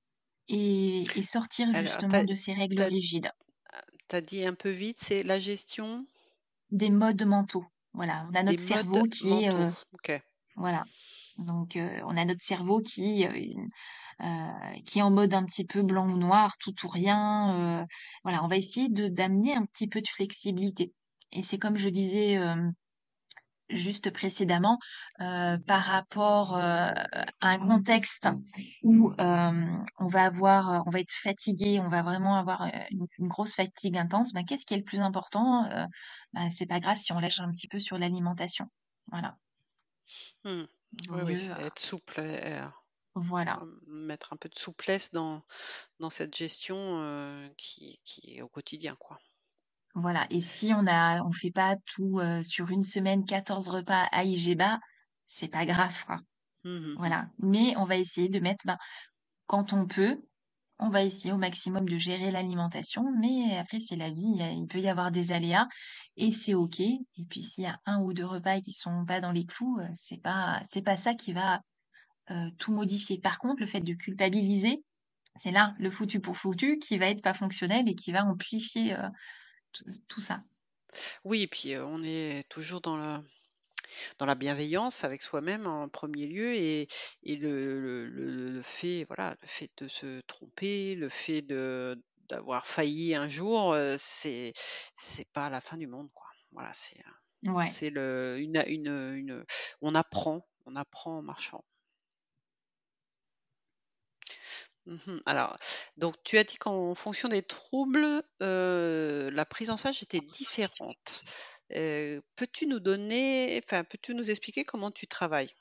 et, et sortir Alors justement tu de ces règles as rigides, tu dit un peu vite, c'est la gestion des modes mentaux. Voilà, on a des notre modes cerveau qui est, mentaux. euh, OK. voilà, donc euh, on a notre cerveau qui, euh, euh, qui est en mode un petit peu blanc ou noir, tout ou rien. euh, voilà, on va essayer de d'amener un petit peu de flexibilité. Et c'est comme je disais euh, juste précédemment, euh, par rapport euh, à un contexte où euh, on va avoir, on va être fatigué, on va vraiment avoir euh, une, une grosse fatigue intense, ben, qu'est-ce qui est le plus important? Euh, ben, c'est pas grave si on lâche un petit peu sur l'alimentation. Voilà, Mmh. il vaut Oui, oui, mieux. euh, c'est être souple et heu, voilà, hem, mettre un peu de souplesse dans dans cette gestion, heu, qui qui est au quotidien, quoi. voilà. Et si on a, on fait pas tout euh, sur une semaine, quatorze repas à I G B A, c'est pas grave, quoi. Mmh mh mh. Voilà. Mais on va essayer de mettre, ben, quand on peut, on va essayer au maximum de gérer l'alimentation, mais après, c'est la vie, il y a- il peut y avoir des aléas et c'est OK. Et puis, s'il y a un ou deux repas qui sont pas dans les clous, euh, c'est pas, c'est pas ça qui va euh, tout modifier. Par contre, le fait de culpabiliser, c'est là le foutu pour foutu qui va être pas fonctionnel et qui va amplifier euh, tout, tout ça. Oui et puis, heu, on est toujours dans la dans la bienveillance avec soi-même en premier lieu et et le le le le fait, voilà, le fait de se tromper, le fait de d'avoir failli un jour, heu, c'est c'est pas la fin du monde, quoi. Voilà, c'est, heu, Ouais. c'est le une une, une on apprend, on apprend en marchant. Mmh. Alors, donc tu as dit qu'en fonction des troubles, heu, la prise en charge était différente. Heu, peux-tu nous donner enfin, peux-tu nous expliquer comment tu travailles?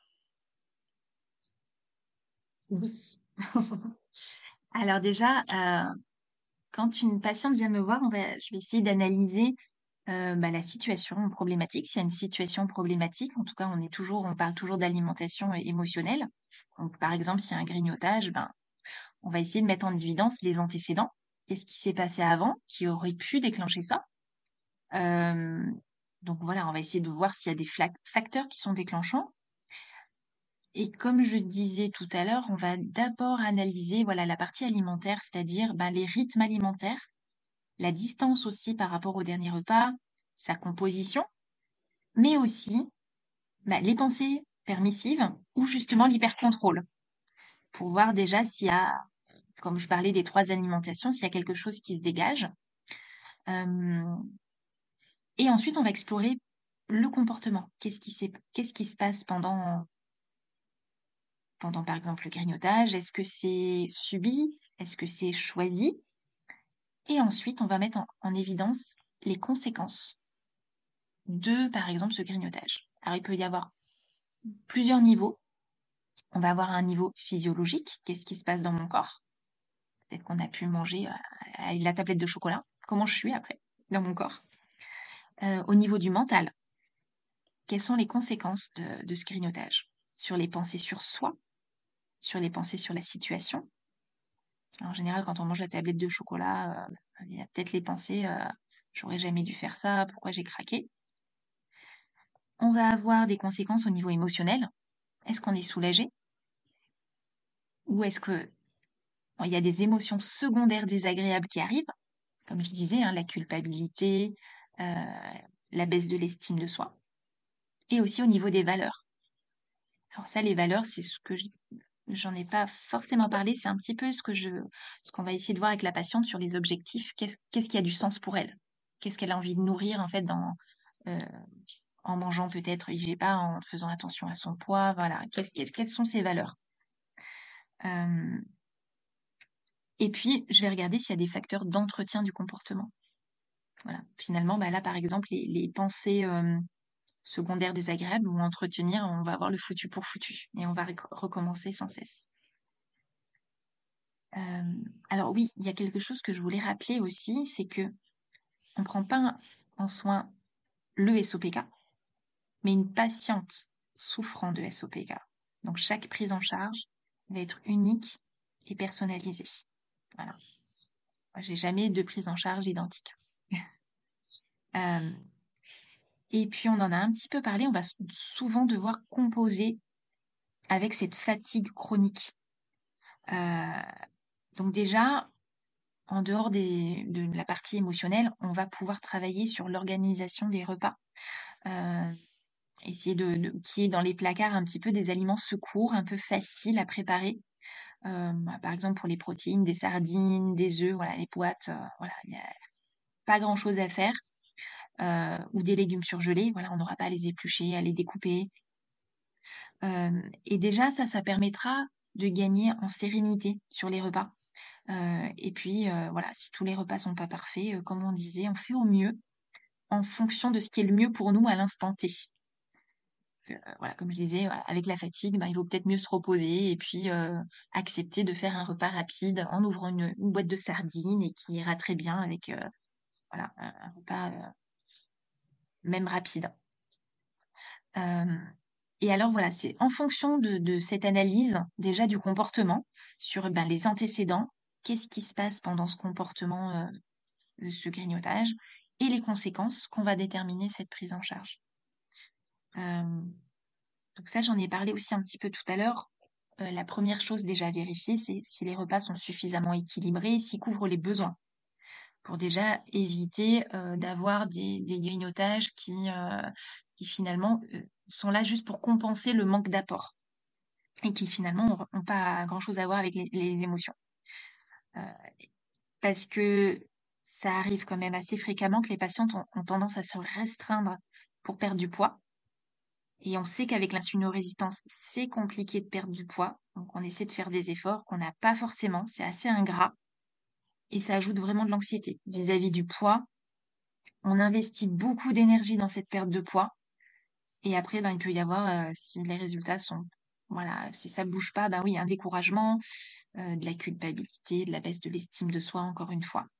Oui. Alors déjà, euh, quand une patiente vient me voir, on va, je vais essayer d'analyser euh, bah, la situation problématique. S'il y a une situation problématique, en tout cas, on est toujours, on parle toujours d'alimentation euh, émotionnelle. Donc, par exemple, s'il y a un grignotage, ben, on va essayer de mettre en évidence les antécédents. Qu'est-ce qui s'est passé avant qui aurait pu déclencher ça? Euh, donc voilà, on va essayer de voir s'il y a des fla- facteurs qui sont déclenchants. Et comme je disais tout à l'heure, on va d'abord analyser voilà la partie alimentaire, c'est-à-dire ben, les rythmes alimentaires, la distance aussi par rapport au dernier repas, sa composition, mais aussi bah, les pensées permissives ou justement l'hypercontrôle, pour voir déjà s'il y a, comme je parlais des trois alimentations, s'il y a quelque chose qui se dégage. Euh, et ensuite, on va explorer le comportement. Qu'est-ce qui s'est- qu'est-ce qui se passe pendant, pendant, par exemple, le grignotage? Est-ce que c'est subi? Est-ce que c'est choisi? Et ensuite, on va mettre en, en évidence les conséquences de, par exemple, ce grignotage. Alors, il peut y avoir plusieurs niveaux. On va avoir un niveau physiologique. Qu'est-ce qui se passe dans mon corps? Peut-être qu'on a pu manger euh, la tablette de chocolat. Comment je suis après dans mon corps? Euh, au niveau du mental, quelles sont les conséquences de, de ce grignotage? Sur les pensées sur soi, sur les pensées sur la situation. En général, quand on mange la tablette de chocolat, euh, il y a peut-être les pensées euh, j'aurais jamais dû faire ça, pourquoi j'ai craqué? On va avoir des conséquences au niveau émotionnel. Est-ce qu'on est soulagé? Ou est-ce que bon, il y a des émotions secondaires désagréables qui arrivent? Comme je disais, hein, la culpabilité, euh, la baisse de l'estime de soi. Et aussi au niveau des valeurs. Alors ça, les valeurs, c'est ce que je, j'en ai pas forcément parlé, c'est un petit peu ce que je, ce qu'on va essayer de voir avec la patiente sur les objectifs. Qu'est-ce, qu'est-ce qui a du sens pour elle? qu'est-ce qu'elle a envie de nourrir en fait dans euh, en mangeant peut-être, je sais pas, en faisant attention à son poids, voilà. Qu'est-ce, qu'est- quelles sont ses valeurs? Euh, et puis, je vais regarder s'il y a des facteurs d'entretien du comportement. Voilà. Finalement, bah là, par exemple, les, les pensées euh, secondaires désagréables vont entretenir, on va avoir le foutu pour foutu et on va rec- recommencer sans cesse. Euh, alors oui, il y a quelque chose que je voulais rappeler aussi, c'est que on ne prend pas en soin le S O P K, mais une patiente souffrant de S O P K. Donc chaque prise en charge va être unique et personnalisée. Voilà. Moi, j'ai jamais de prise en charge identique. Euh, et puis on en a un petit peu parlé, on va s- souvent devoir composer avec cette fatigue chronique. Euh, donc déjà, en dehors des, de la partie émotionnelle, on va pouvoir travailler sur l'organisation des repas. Euh, essayer de, de qu'il y ait dans les placards un petit peu des aliments secours, un peu faciles à préparer. Euh, bah, par exemple pour les protéines, des sardines, des œufs, voilà, les boîtes, euh, voilà, il n'y a pas grand-chose à faire. Euh, ou des légumes surgelés, voilà, on n'aura pas à les éplucher, à les découper. Euh, et déjà, ça, ça permettra de gagner en sérénité sur les repas. Euh, et puis, euh, voilà, si tous les repas sont pas parfaits, euh, comme on disait, on fait au mieux en fonction de ce qui est le mieux pour nous à l'instant T. Euh, voilà, comme je disais, voilà, avec la fatigue, ben, il vaut peut-être mieux se reposer et puis euh, accepter de faire un repas rapide en ouvrant une, une boîte de sardines et qui ira très bien avec euh, voilà, un, un repas euh, même rapide. Euh, et alors voilà, c'est en fonction de, de cette analyse déjà du comportement sur ben, les antécédents, qu'est-ce qui se passe pendant ce comportement, euh, ce grignotage, et les conséquences qu'on va déterminer cette prise en charge. Euh, donc ça, j'en ai parlé aussi un petit peu tout à l'heure. Euh, la première chose déjà à vérifier, c'est si les repas sont suffisamment équilibrés, s'ils couvrent les besoins, pour déjà éviter euh, d'avoir des, des grignotages qui, euh, qui finalement euh, sont là juste pour compenser le manque d'apport et qui finalement n'ont pas grand-chose à voir avec les, les émotions. Euh, parce que ça arrive quand même assez fréquemment que les patientes ont, ont tendance à se restreindre pour perdre du poids. Et on sait qu'avec l'insulinorésistance, c'est compliqué de perdre du poids. Donc on essaie de faire des efforts qu'on n'a pas forcément. C'est assez ingrat. Et ça ajoute vraiment de l'anxiété vis-à-vis du poids. On investit beaucoup d'énergie dans cette perte de poids. Et après, ben, il peut y avoir, euh, si les résultats sont, voilà, si ça bouge pas, ben oui, un découragement, euh, de la culpabilité, de la baisse de l'estime de soi, encore une fois.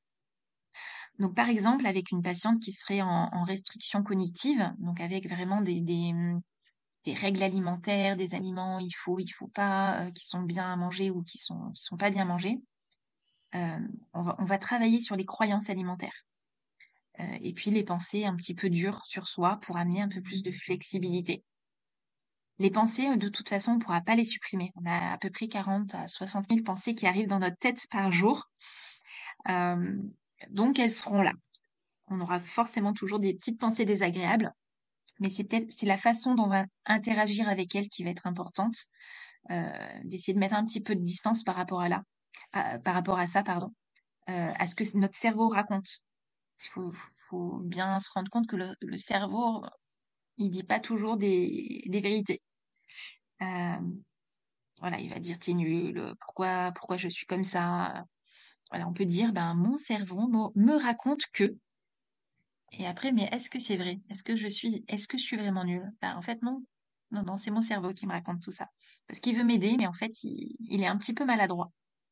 Donc, par exemple, avec une patiente qui serait en, en restriction cognitive, donc avec vraiment des, des, des règles alimentaires, des aliments il faut, il faut pas, euh, qui sont bien à manger ou qui sont, qui sont pas bien mangés, euh, on va, on va travailler sur les croyances alimentaires. Euh, et puis les pensées un petit peu dures sur soi pour amener un peu plus de flexibilité. Les pensées, euh, de toute façon, on ne pourra pas les supprimer. On a à peu près quarante à soixante mille pensées qui arrivent dans notre tête par jour. Euh, donc elles seront là. On aura forcément toujours des petites pensées désagréables, mais c'est peut-être c'est la façon dont on va interagir avec elles qui va être importante, euh, d'essayer de mettre un petit peu de distance par rapport à là, à- par rapport à ça, pardon, euh, à ce que notre cerveau raconte. Il faut, faut bien se rendre compte que le, le cerveau, il dit pas toujours des, des vérités. Euh, voilà, il va dire t'es nul, pourquoi, pourquoi je suis comme ça. Voilà, on peut dire ben mon cerveau me, me raconte que. Et après, mais est-ce que c'est vrai? Est-ce que je suis, est-ce que je suis vraiment nulle? Ben, en fait, non. Non, non, c'est mon cerveau qui me raconte tout ça. Parce qu'il veut m'aider, mais en fait, il, il est un petit peu maladroit.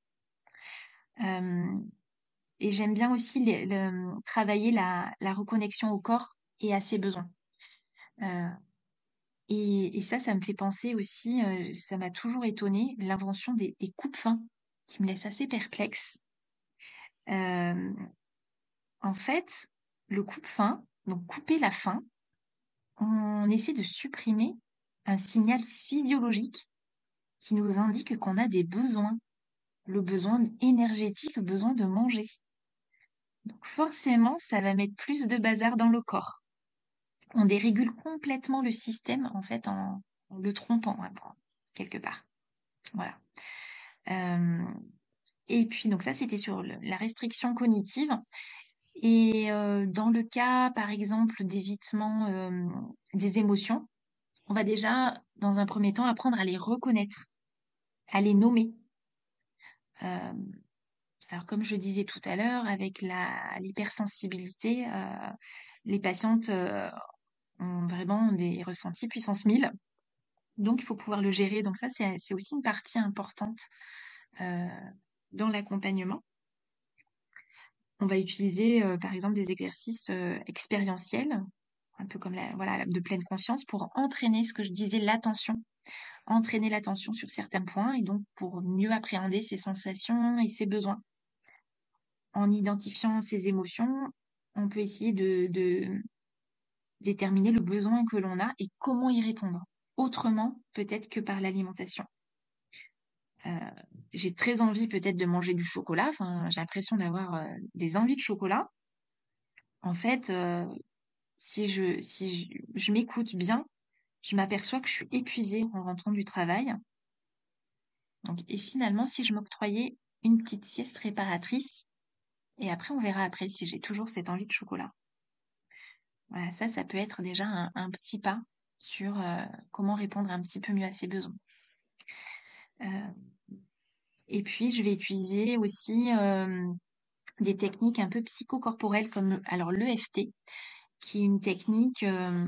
Euh, et j'aime bien aussi les- le- travailler la, la reconnexion au corps et à ses besoins. Euh, et, et ça, ça me fait penser aussi, euh, ça m'a toujours étonnée, l'invention des, des coupes-faim, qui me laisse assez perplexe. Euh, en fait, le coupe-faim, donc couper la faim, on essaie de supprimer un signal physiologique qui nous indique qu'on a des besoins, le besoin énergétique, le besoin de manger. Donc forcément, ça va mettre plus de bazar dans le corps. On dérégule complètement le système, en fait, en, en le trompant, hein, quelque part. Voilà. Euh, et puis, donc ça, c'était sur le- la restriction cognitive. Et euh, dans le cas, par exemple, d'évitement euh, des émotions, on va déjà, dans un premier temps, apprendre à les reconnaître, à les nommer. Euh, alors, comme je disais tout à l'heure, avec la, l'hypersensibilité, euh, les patientes euh, ont vraiment des ressentis puissance mille. Donc, il faut pouvoir le gérer. Donc, ça, c'est, c'est aussi une partie importante euh, dans l'accompagnement. On va utiliser, euh, par exemple, des exercices euh, expérientiels, un peu comme la, voilà, de pleine conscience, pour entraîner ce que je disais, l'attention, entraîner l'attention sur certains points et donc pour mieux appréhender ses sensations et ses besoins. En identifiant ses émotions, on peut essayer de, de déterminer le besoin que l'on a et comment y répondre. Autrement, peut-être que par l'alimentation. Euh, j'ai très envie peut-être de manger du chocolat, enfin, j'ai l'impression d'avoir euh, des envies de chocolat. En fait, euh, si je, si je, je m'écoute bien, je m'aperçois que je suis épuisée en rentrant du travail. Donc, et finalement, si je m'octroyais une petite sieste réparatrice, et après, on verra après si j'ai toujours cette envie de chocolat. Voilà, ça, ça peut être déjà un, un petit pas sur euh, comment répondre un petit peu mieux à ses besoins. Euh, et puis, je vais utiliser aussi euh, des techniques un peu psychocorporelles comme alors l'E F T, qui est une technique, euh,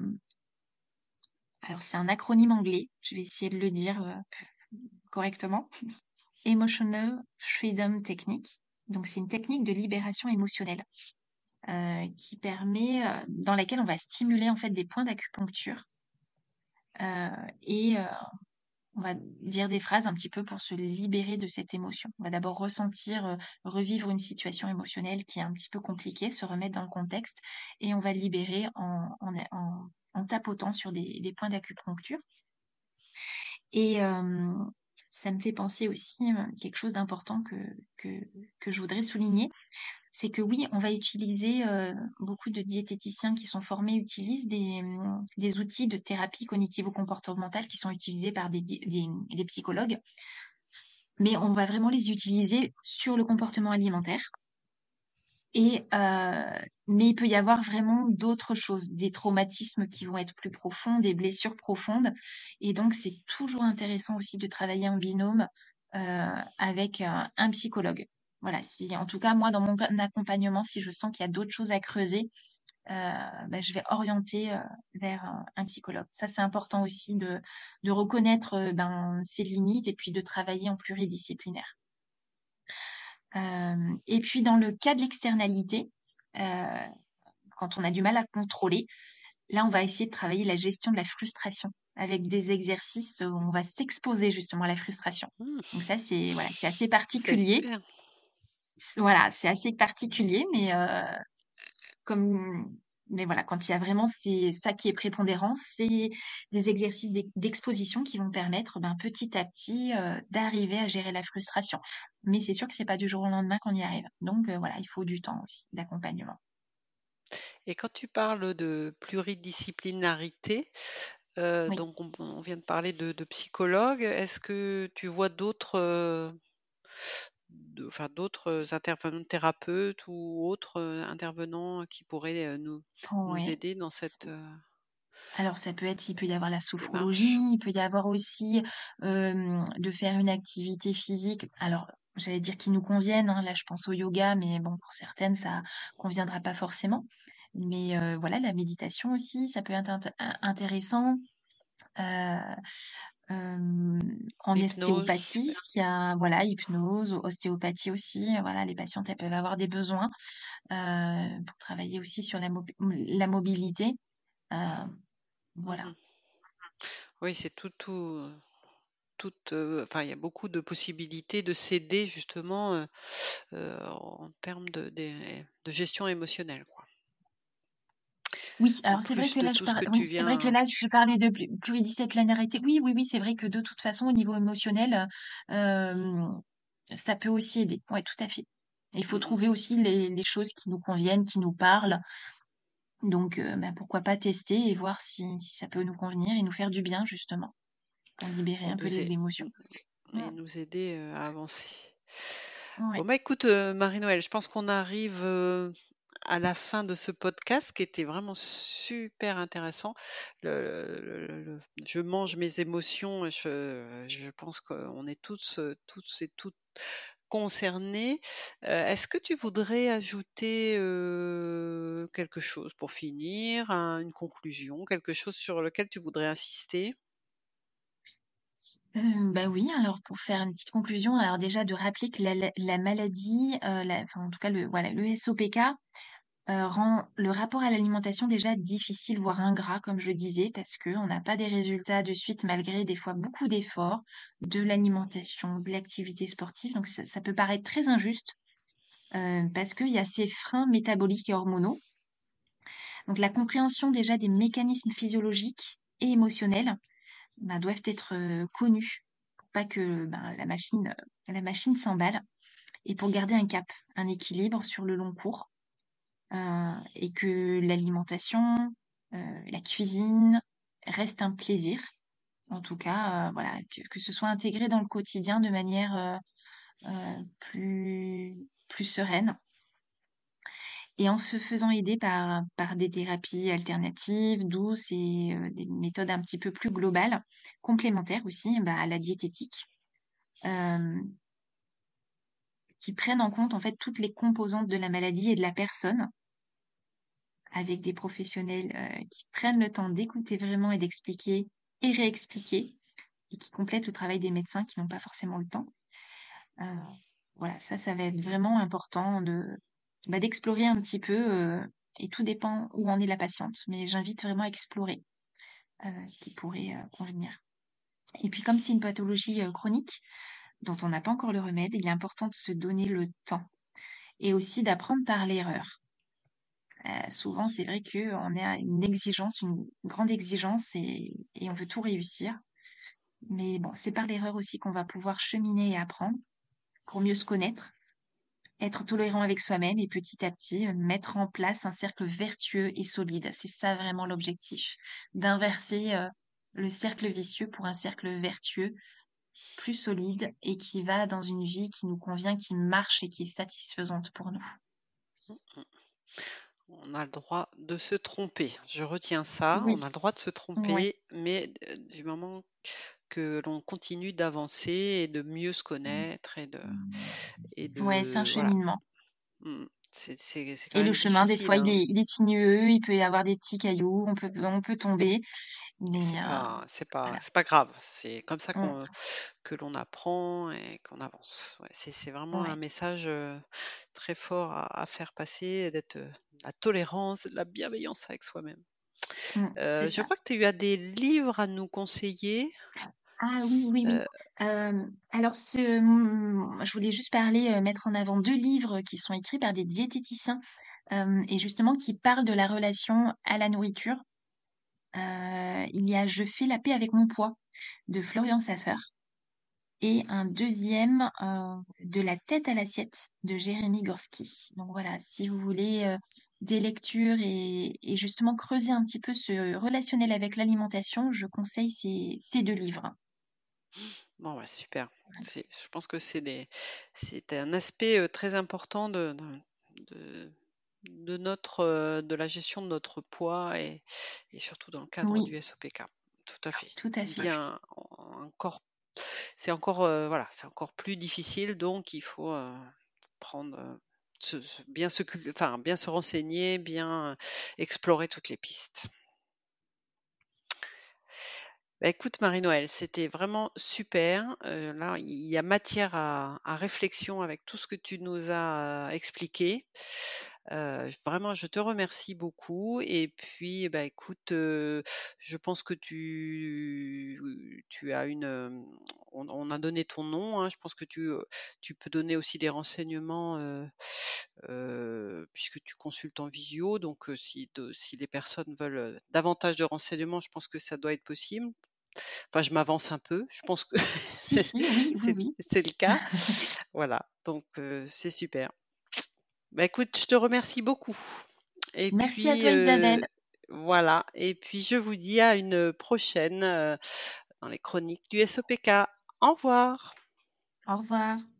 alors c'est un acronyme anglais, je vais essayer de le dire euh, correctement, Emotional Freedom Technique. Donc, c'est une technique de libération émotionnelle euh, qui permet, euh, dans laquelle on va stimuler en fait des points d'acupuncture euh, et euh, on va dire des phrases un petit peu pour se libérer de cette émotion. On va d'abord ressentir, euh, revivre une situation émotionnelle qui est un petit peu compliquée, se remettre dans le contexte et on va libérer en, en, en, en tapotant sur des, des points d'acupuncture. Et euh, ça me fait penser aussi euh, quelque chose d'important que, que, que je voudrais souligner, c'est que oui, on va utiliser, euh, beaucoup de diététiciens qui sont formés utilisent des, hum, des outils de thérapie cognitivo-comportementale qui sont utilisés par des, des, des psychologues, mais on va vraiment les utiliser sur le comportement alimentaire. Et, euh, mais il peut y avoir vraiment d'autres choses, des traumatismes qui vont être plus profonds, des blessures profondes. Et donc, c'est toujours intéressant aussi de travailler en binôme euh, avec un, un psychologue. Voilà, si, en tout cas, moi, dans mon accompagnement, si je sens qu'il y a d'autres choses à creuser, euh, ben, je vais orienter euh, vers un, un psychologue. Ça, c'est important aussi de, de reconnaître euh, ben, ses limites et puis de travailler en pluridisciplinaire. Euh, et puis, dans le cas de l'externalité, euh, quand on a du mal à contrôler, là, on va essayer de travailler la gestion de la frustration avec des exercices où on va s'exposer justement à la frustration. Mmh, Donc ça, c'est voilà, c'est assez c'est particulier. super. C'est- Voilà, c'est assez particulier, mais euh, comme mais voilà, quand il y a vraiment c'est ça qui est prépondérant, c'est des exercices d'ex- d'exposition qui vont permettre ben, petit à petit euh, d'arriver à gérer la frustration. Mais c'est sûr que c'est pas du jour au lendemain qu'on y arrive. Donc euh, voilà, il faut du temps aussi d'accompagnement. Et quand tu parles de pluridisciplinarité, euh, Oui. donc on, on vient de parler de, de psychologue, est-ce que tu vois d'autres euh, de- enfin, d'autres intervenants, thérapeutes ou autres euh, intervenants qui pourraient euh, nous, nous Ouais. aider dans cette euh, Alors ça peut être, il peut y avoir la sophrologie, démarche? il peut y avoir aussi euh, de faire une activité physique. Alors j'allais dire qui nous conviennent, hein. Là je pense au yoga, mais bon pour certaines ça conviendra pas forcément. Mais euh, voilà, la méditation aussi, ça peut être int- intéressant. Euh, euh, en L'hypnose? ostéopathie, il y a voilà hypnose, ostéopathie aussi. Voilà, les patientes elles peuvent avoir des besoins euh, pour travailler aussi sur la, mobi- la mobilité. Euh, voilà. Mhm. Oui, c'est tout, tout, tout, euh, enfin, il y a beaucoup de possibilités de s'aider justement euh, euh, en termes de, des- de gestion émotionnelle, quoi. Oui, En alors c'est vrai plus que de là je tout ce parle que oui, tu c'est vrai que viens. là je parlais de plu- pluridisciplinarité. Oui, oui, oui, c'est vrai que de toute façon, au niveau émotionnel, euh, ça peut aussi aider. Oui, tout à fait. Il faut Mhm. trouver aussi les, les choses qui nous conviennent, qui nous parlent. Donc, euh, bah, pourquoi pas tester et voir si, si ça peut nous convenir et nous faire du bien, justement, pour libérer Et un peu nous, les ai- émotions. Mm. et nous aider euh, à avancer. Bon, Ouais. bah écoute, euh, Marie-Noël, je pense qu'on arrive euh, à la fin de ce podcast qui était vraiment super intéressant. Le- le- le- je mange mes émotions et je, je pense qu'on est tous, euh, tous et toutes concernés. Euh, est-ce que tu voudrais ajouter euh, quelque chose pour finir, un- une conclusion, quelque chose sur lequel tu voudrais insister? Euh, bah oui, alors pour faire une petite conclusion, alors déjà de rappeler que la, la- la maladie, euh, la- enfin en tout cas le, voilà, le S O P K euh, rend le rapport à l'alimentation déjà difficile, voire ingrat, comme je le disais, parce qu'on n'a pas des résultats de suite malgré des fois beaucoup d'efforts, de l'alimentation, de l'activité sportive. Donc ça, ça peut paraître très injuste euh, parce qu'il y a ces freins métaboliques et hormonaux. Donc la compréhension déjà des mécanismes physiologiques et émotionnels bah, doivent être euh, connus pour pas que ben, la machine, euh, la machine s'emballe et pour garder un cap, un équilibre sur le long cours euh, et que l'alimentation, euh, la cuisine reste un plaisir. En tout cas, euh, voilà, que, que ce soit intégré dans le quotidien de manière euh, euh, plus, plus sereine et en se faisant aider par, par des thérapies alternatives, douces et euh, des méthodes un petit peu plus globales, complémentaires aussi bah, à la diététique, euh, qui prennent en compte en fait toutes les composantes de la maladie et de la personne, avec des professionnels euh, qui prennent le temps d'écouter vraiment et d'expliquer et réexpliquer, et qui complètent le travail des médecins qui n'ont pas forcément le temps. Euh, voilà, ça, ça va être vraiment important de bah, d'explorer un petit peu, euh, et tout dépend où en est la patiente, mais j'invite vraiment à explorer euh, ce qui pourrait euh, convenir. Et puis comme c'est une pathologie euh, chronique dont on n'a pas encore le remède, il est important de se donner le temps et aussi d'apprendre par l'erreur. Euh, souvent, c'est vrai qu'on a une exigence, une grande exigence et, et on veut tout réussir. Mais bon, c'est par l'erreur aussi qu'on va pouvoir cheminer et apprendre pour mieux se connaître, être tolérant avec soi-même et petit à petit euh, mettre en place un cercle vertueux et solide. C'est ça vraiment l'objectif, d'inverser euh, le cercle vicieux pour un cercle vertueux, plus solide et qui va dans une vie qui nous convient, qui marche et qui est satisfaisante pour nous. On a le droit de se tromper. Je retiens ça. Oui, On a le droit de se ouais, tromper, mais euh, du moment que l'on continue d'avancer et de mieux se connaître et de, et ouais, c'est un de, voilà. cheminement. Mm. C'est, c'est, c'est quand Et le même chemin, des difficile, fois, il hein. est, il est sinueux, il peut y avoir des petits cailloux, on peut, on peut tomber, Et mais c'est euh, pas, c'est pas, voilà. c'est pas grave. C'est comme ça On- qu'on, que l'on apprend et qu'on avance. Ouais, c'est, c'est vraiment un ouais. message euh, très fort à, à faire passer, d'être euh, la tolérance, de la bienveillance avec soi-même. Mm, c'est Euh, je ça. crois que tu as des livres à nous conseiller. Ah oui, oui, oui. Euh, Euh, alors, ce, mm, je voulais juste parler, euh, mettre en avant deux livres qui sont écrits par des diététiciens euh, et justement qui parlent de la relation à la nourriture. Euh, il y a Je fais la paix avec mon poids de Florian Safer et un deuxième euh, de La tête à l'assiette de Jérémy Gorski. Donc voilà, si vous voulez euh, des lectures et, et justement creuser un petit peu ce relationnel avec l'alimentation, je conseille ces, ces deux livres. bon, ouais, super. C'est, je pense que c'est des, c'est un aspect euh, très important de, de, de- de notre, euh, de la gestion de notre poids et, et surtout dans le cadre Oui, du S O P K. Tout à fait. tout à fait. Bien, en- encore, c'est encore, euh, voilà, c'est encore plus difficile, donc il faut euh, prendre, euh, se- se- bien se, cul- enfin, bien se renseigner, bien euh, explorer toutes les pistes. Bah, écoute, Marie-Noël, c'était vraiment super. Euh, là, il y a matière à, à réflexion avec tout ce que tu nous as euh, expliqué. Euh, vraiment, je te remercie beaucoup. Et puis, bah, écoute, euh, je pense que tu, tu as une, euh, on, on a donné ton nom, hein. Je pense que tu, euh, tu peux donner aussi des renseignements euh, euh, puisque tu consultes en visio. Donc, euh, si, de- si les personnes veulent euh, davantage de renseignements, je pense que ça doit être possible. Enfin, je m'avance un peu. Je pense que Si, c'est si, oui, oui, c'est oui. c'est le cas. Voilà, donc heu, c'est super. Bah, écoute, je te remercie beaucoup et Merci à puis, toi, heu, Isabelle. voilà et puis je vous dis à une prochaine, heu, dans les chroniques du S O P K. Au revoir. Au revoir.